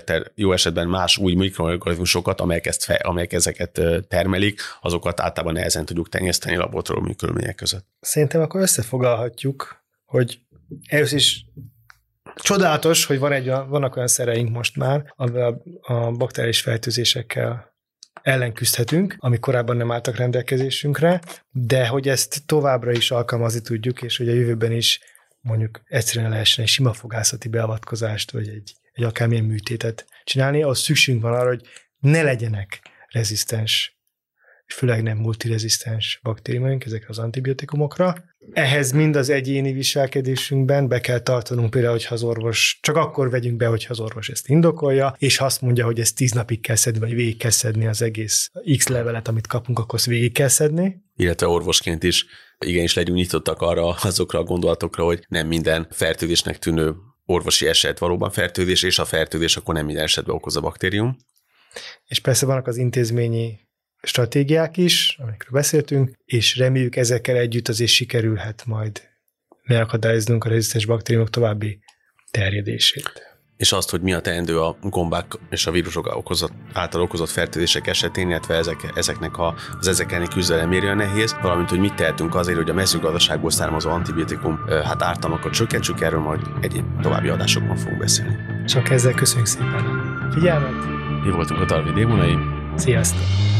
jó esetben más új mikroorganizmusokat, amelyek ezeket termelik, azokat általában nehezen tudjuk tenyészteni laboratóriumi körülmények között. Szerintem akkor összefoglalhatjuk, hogy először is csodálatos, hogy vannak olyan szereink most már, amivel a bakteriális fertőzésekkel ellen küzdhetünk, ami korábban nem álltak rendelkezésünkre, de hogy ezt továbbra is alkalmazni tudjuk, és hogy a jövőben is mondjuk egyszerűen lehessen egy sima fogászati beavatkozást, vagy egy akármilyen műtétet csinálni, ahhoz szükségünk van arra, hogy ne legyenek rezisztens, főleg nem multirezisztens baktériumaink ezekre az antibiotikumokra. Ehhez mind az egyéni viselkedésünkben be kell tartanunk például, hogyha az orvos, csak akkor vegyünk be, hogyha az orvos ezt indokolja, és ha azt mondja, hogy ezt 10 napig kell szedni, vagy végig kell szedni az egész X levelet, amit kapunk, akkor azt végig kell szedni. Illetve orvosként is igenis legyünk nyitottak azokra a gondolatokra, hogy nem minden fertőzésnek tűnő orvosi eset valóban fertőzés, és a fertőzés akkor nem minden esetben okoz a baktérium. És persze vannak az intézményi stratégiák is, amikről beszéltünk, és reméljük ezekkel együtt azért sikerülhet majd megakadályoznunk a rezisztens baktériumok további terjedését. És azt, hogy mi a teendő a gombák és a vírusok által okozott fertőzések esetén, illetve ezeknek az ezek elleni küzdelem olyan nehéz, valamint, hogy mit tehetünk azért, hogy a mezőgazdaságból származó antibiotikum ártalmakat csökkentsük, erről majd egyéb további adásokban fogunk beszélni. Csak ezzel köszönjük szépen a figyelmet! Mi voltunk a Darwin démonai. Sziasztok!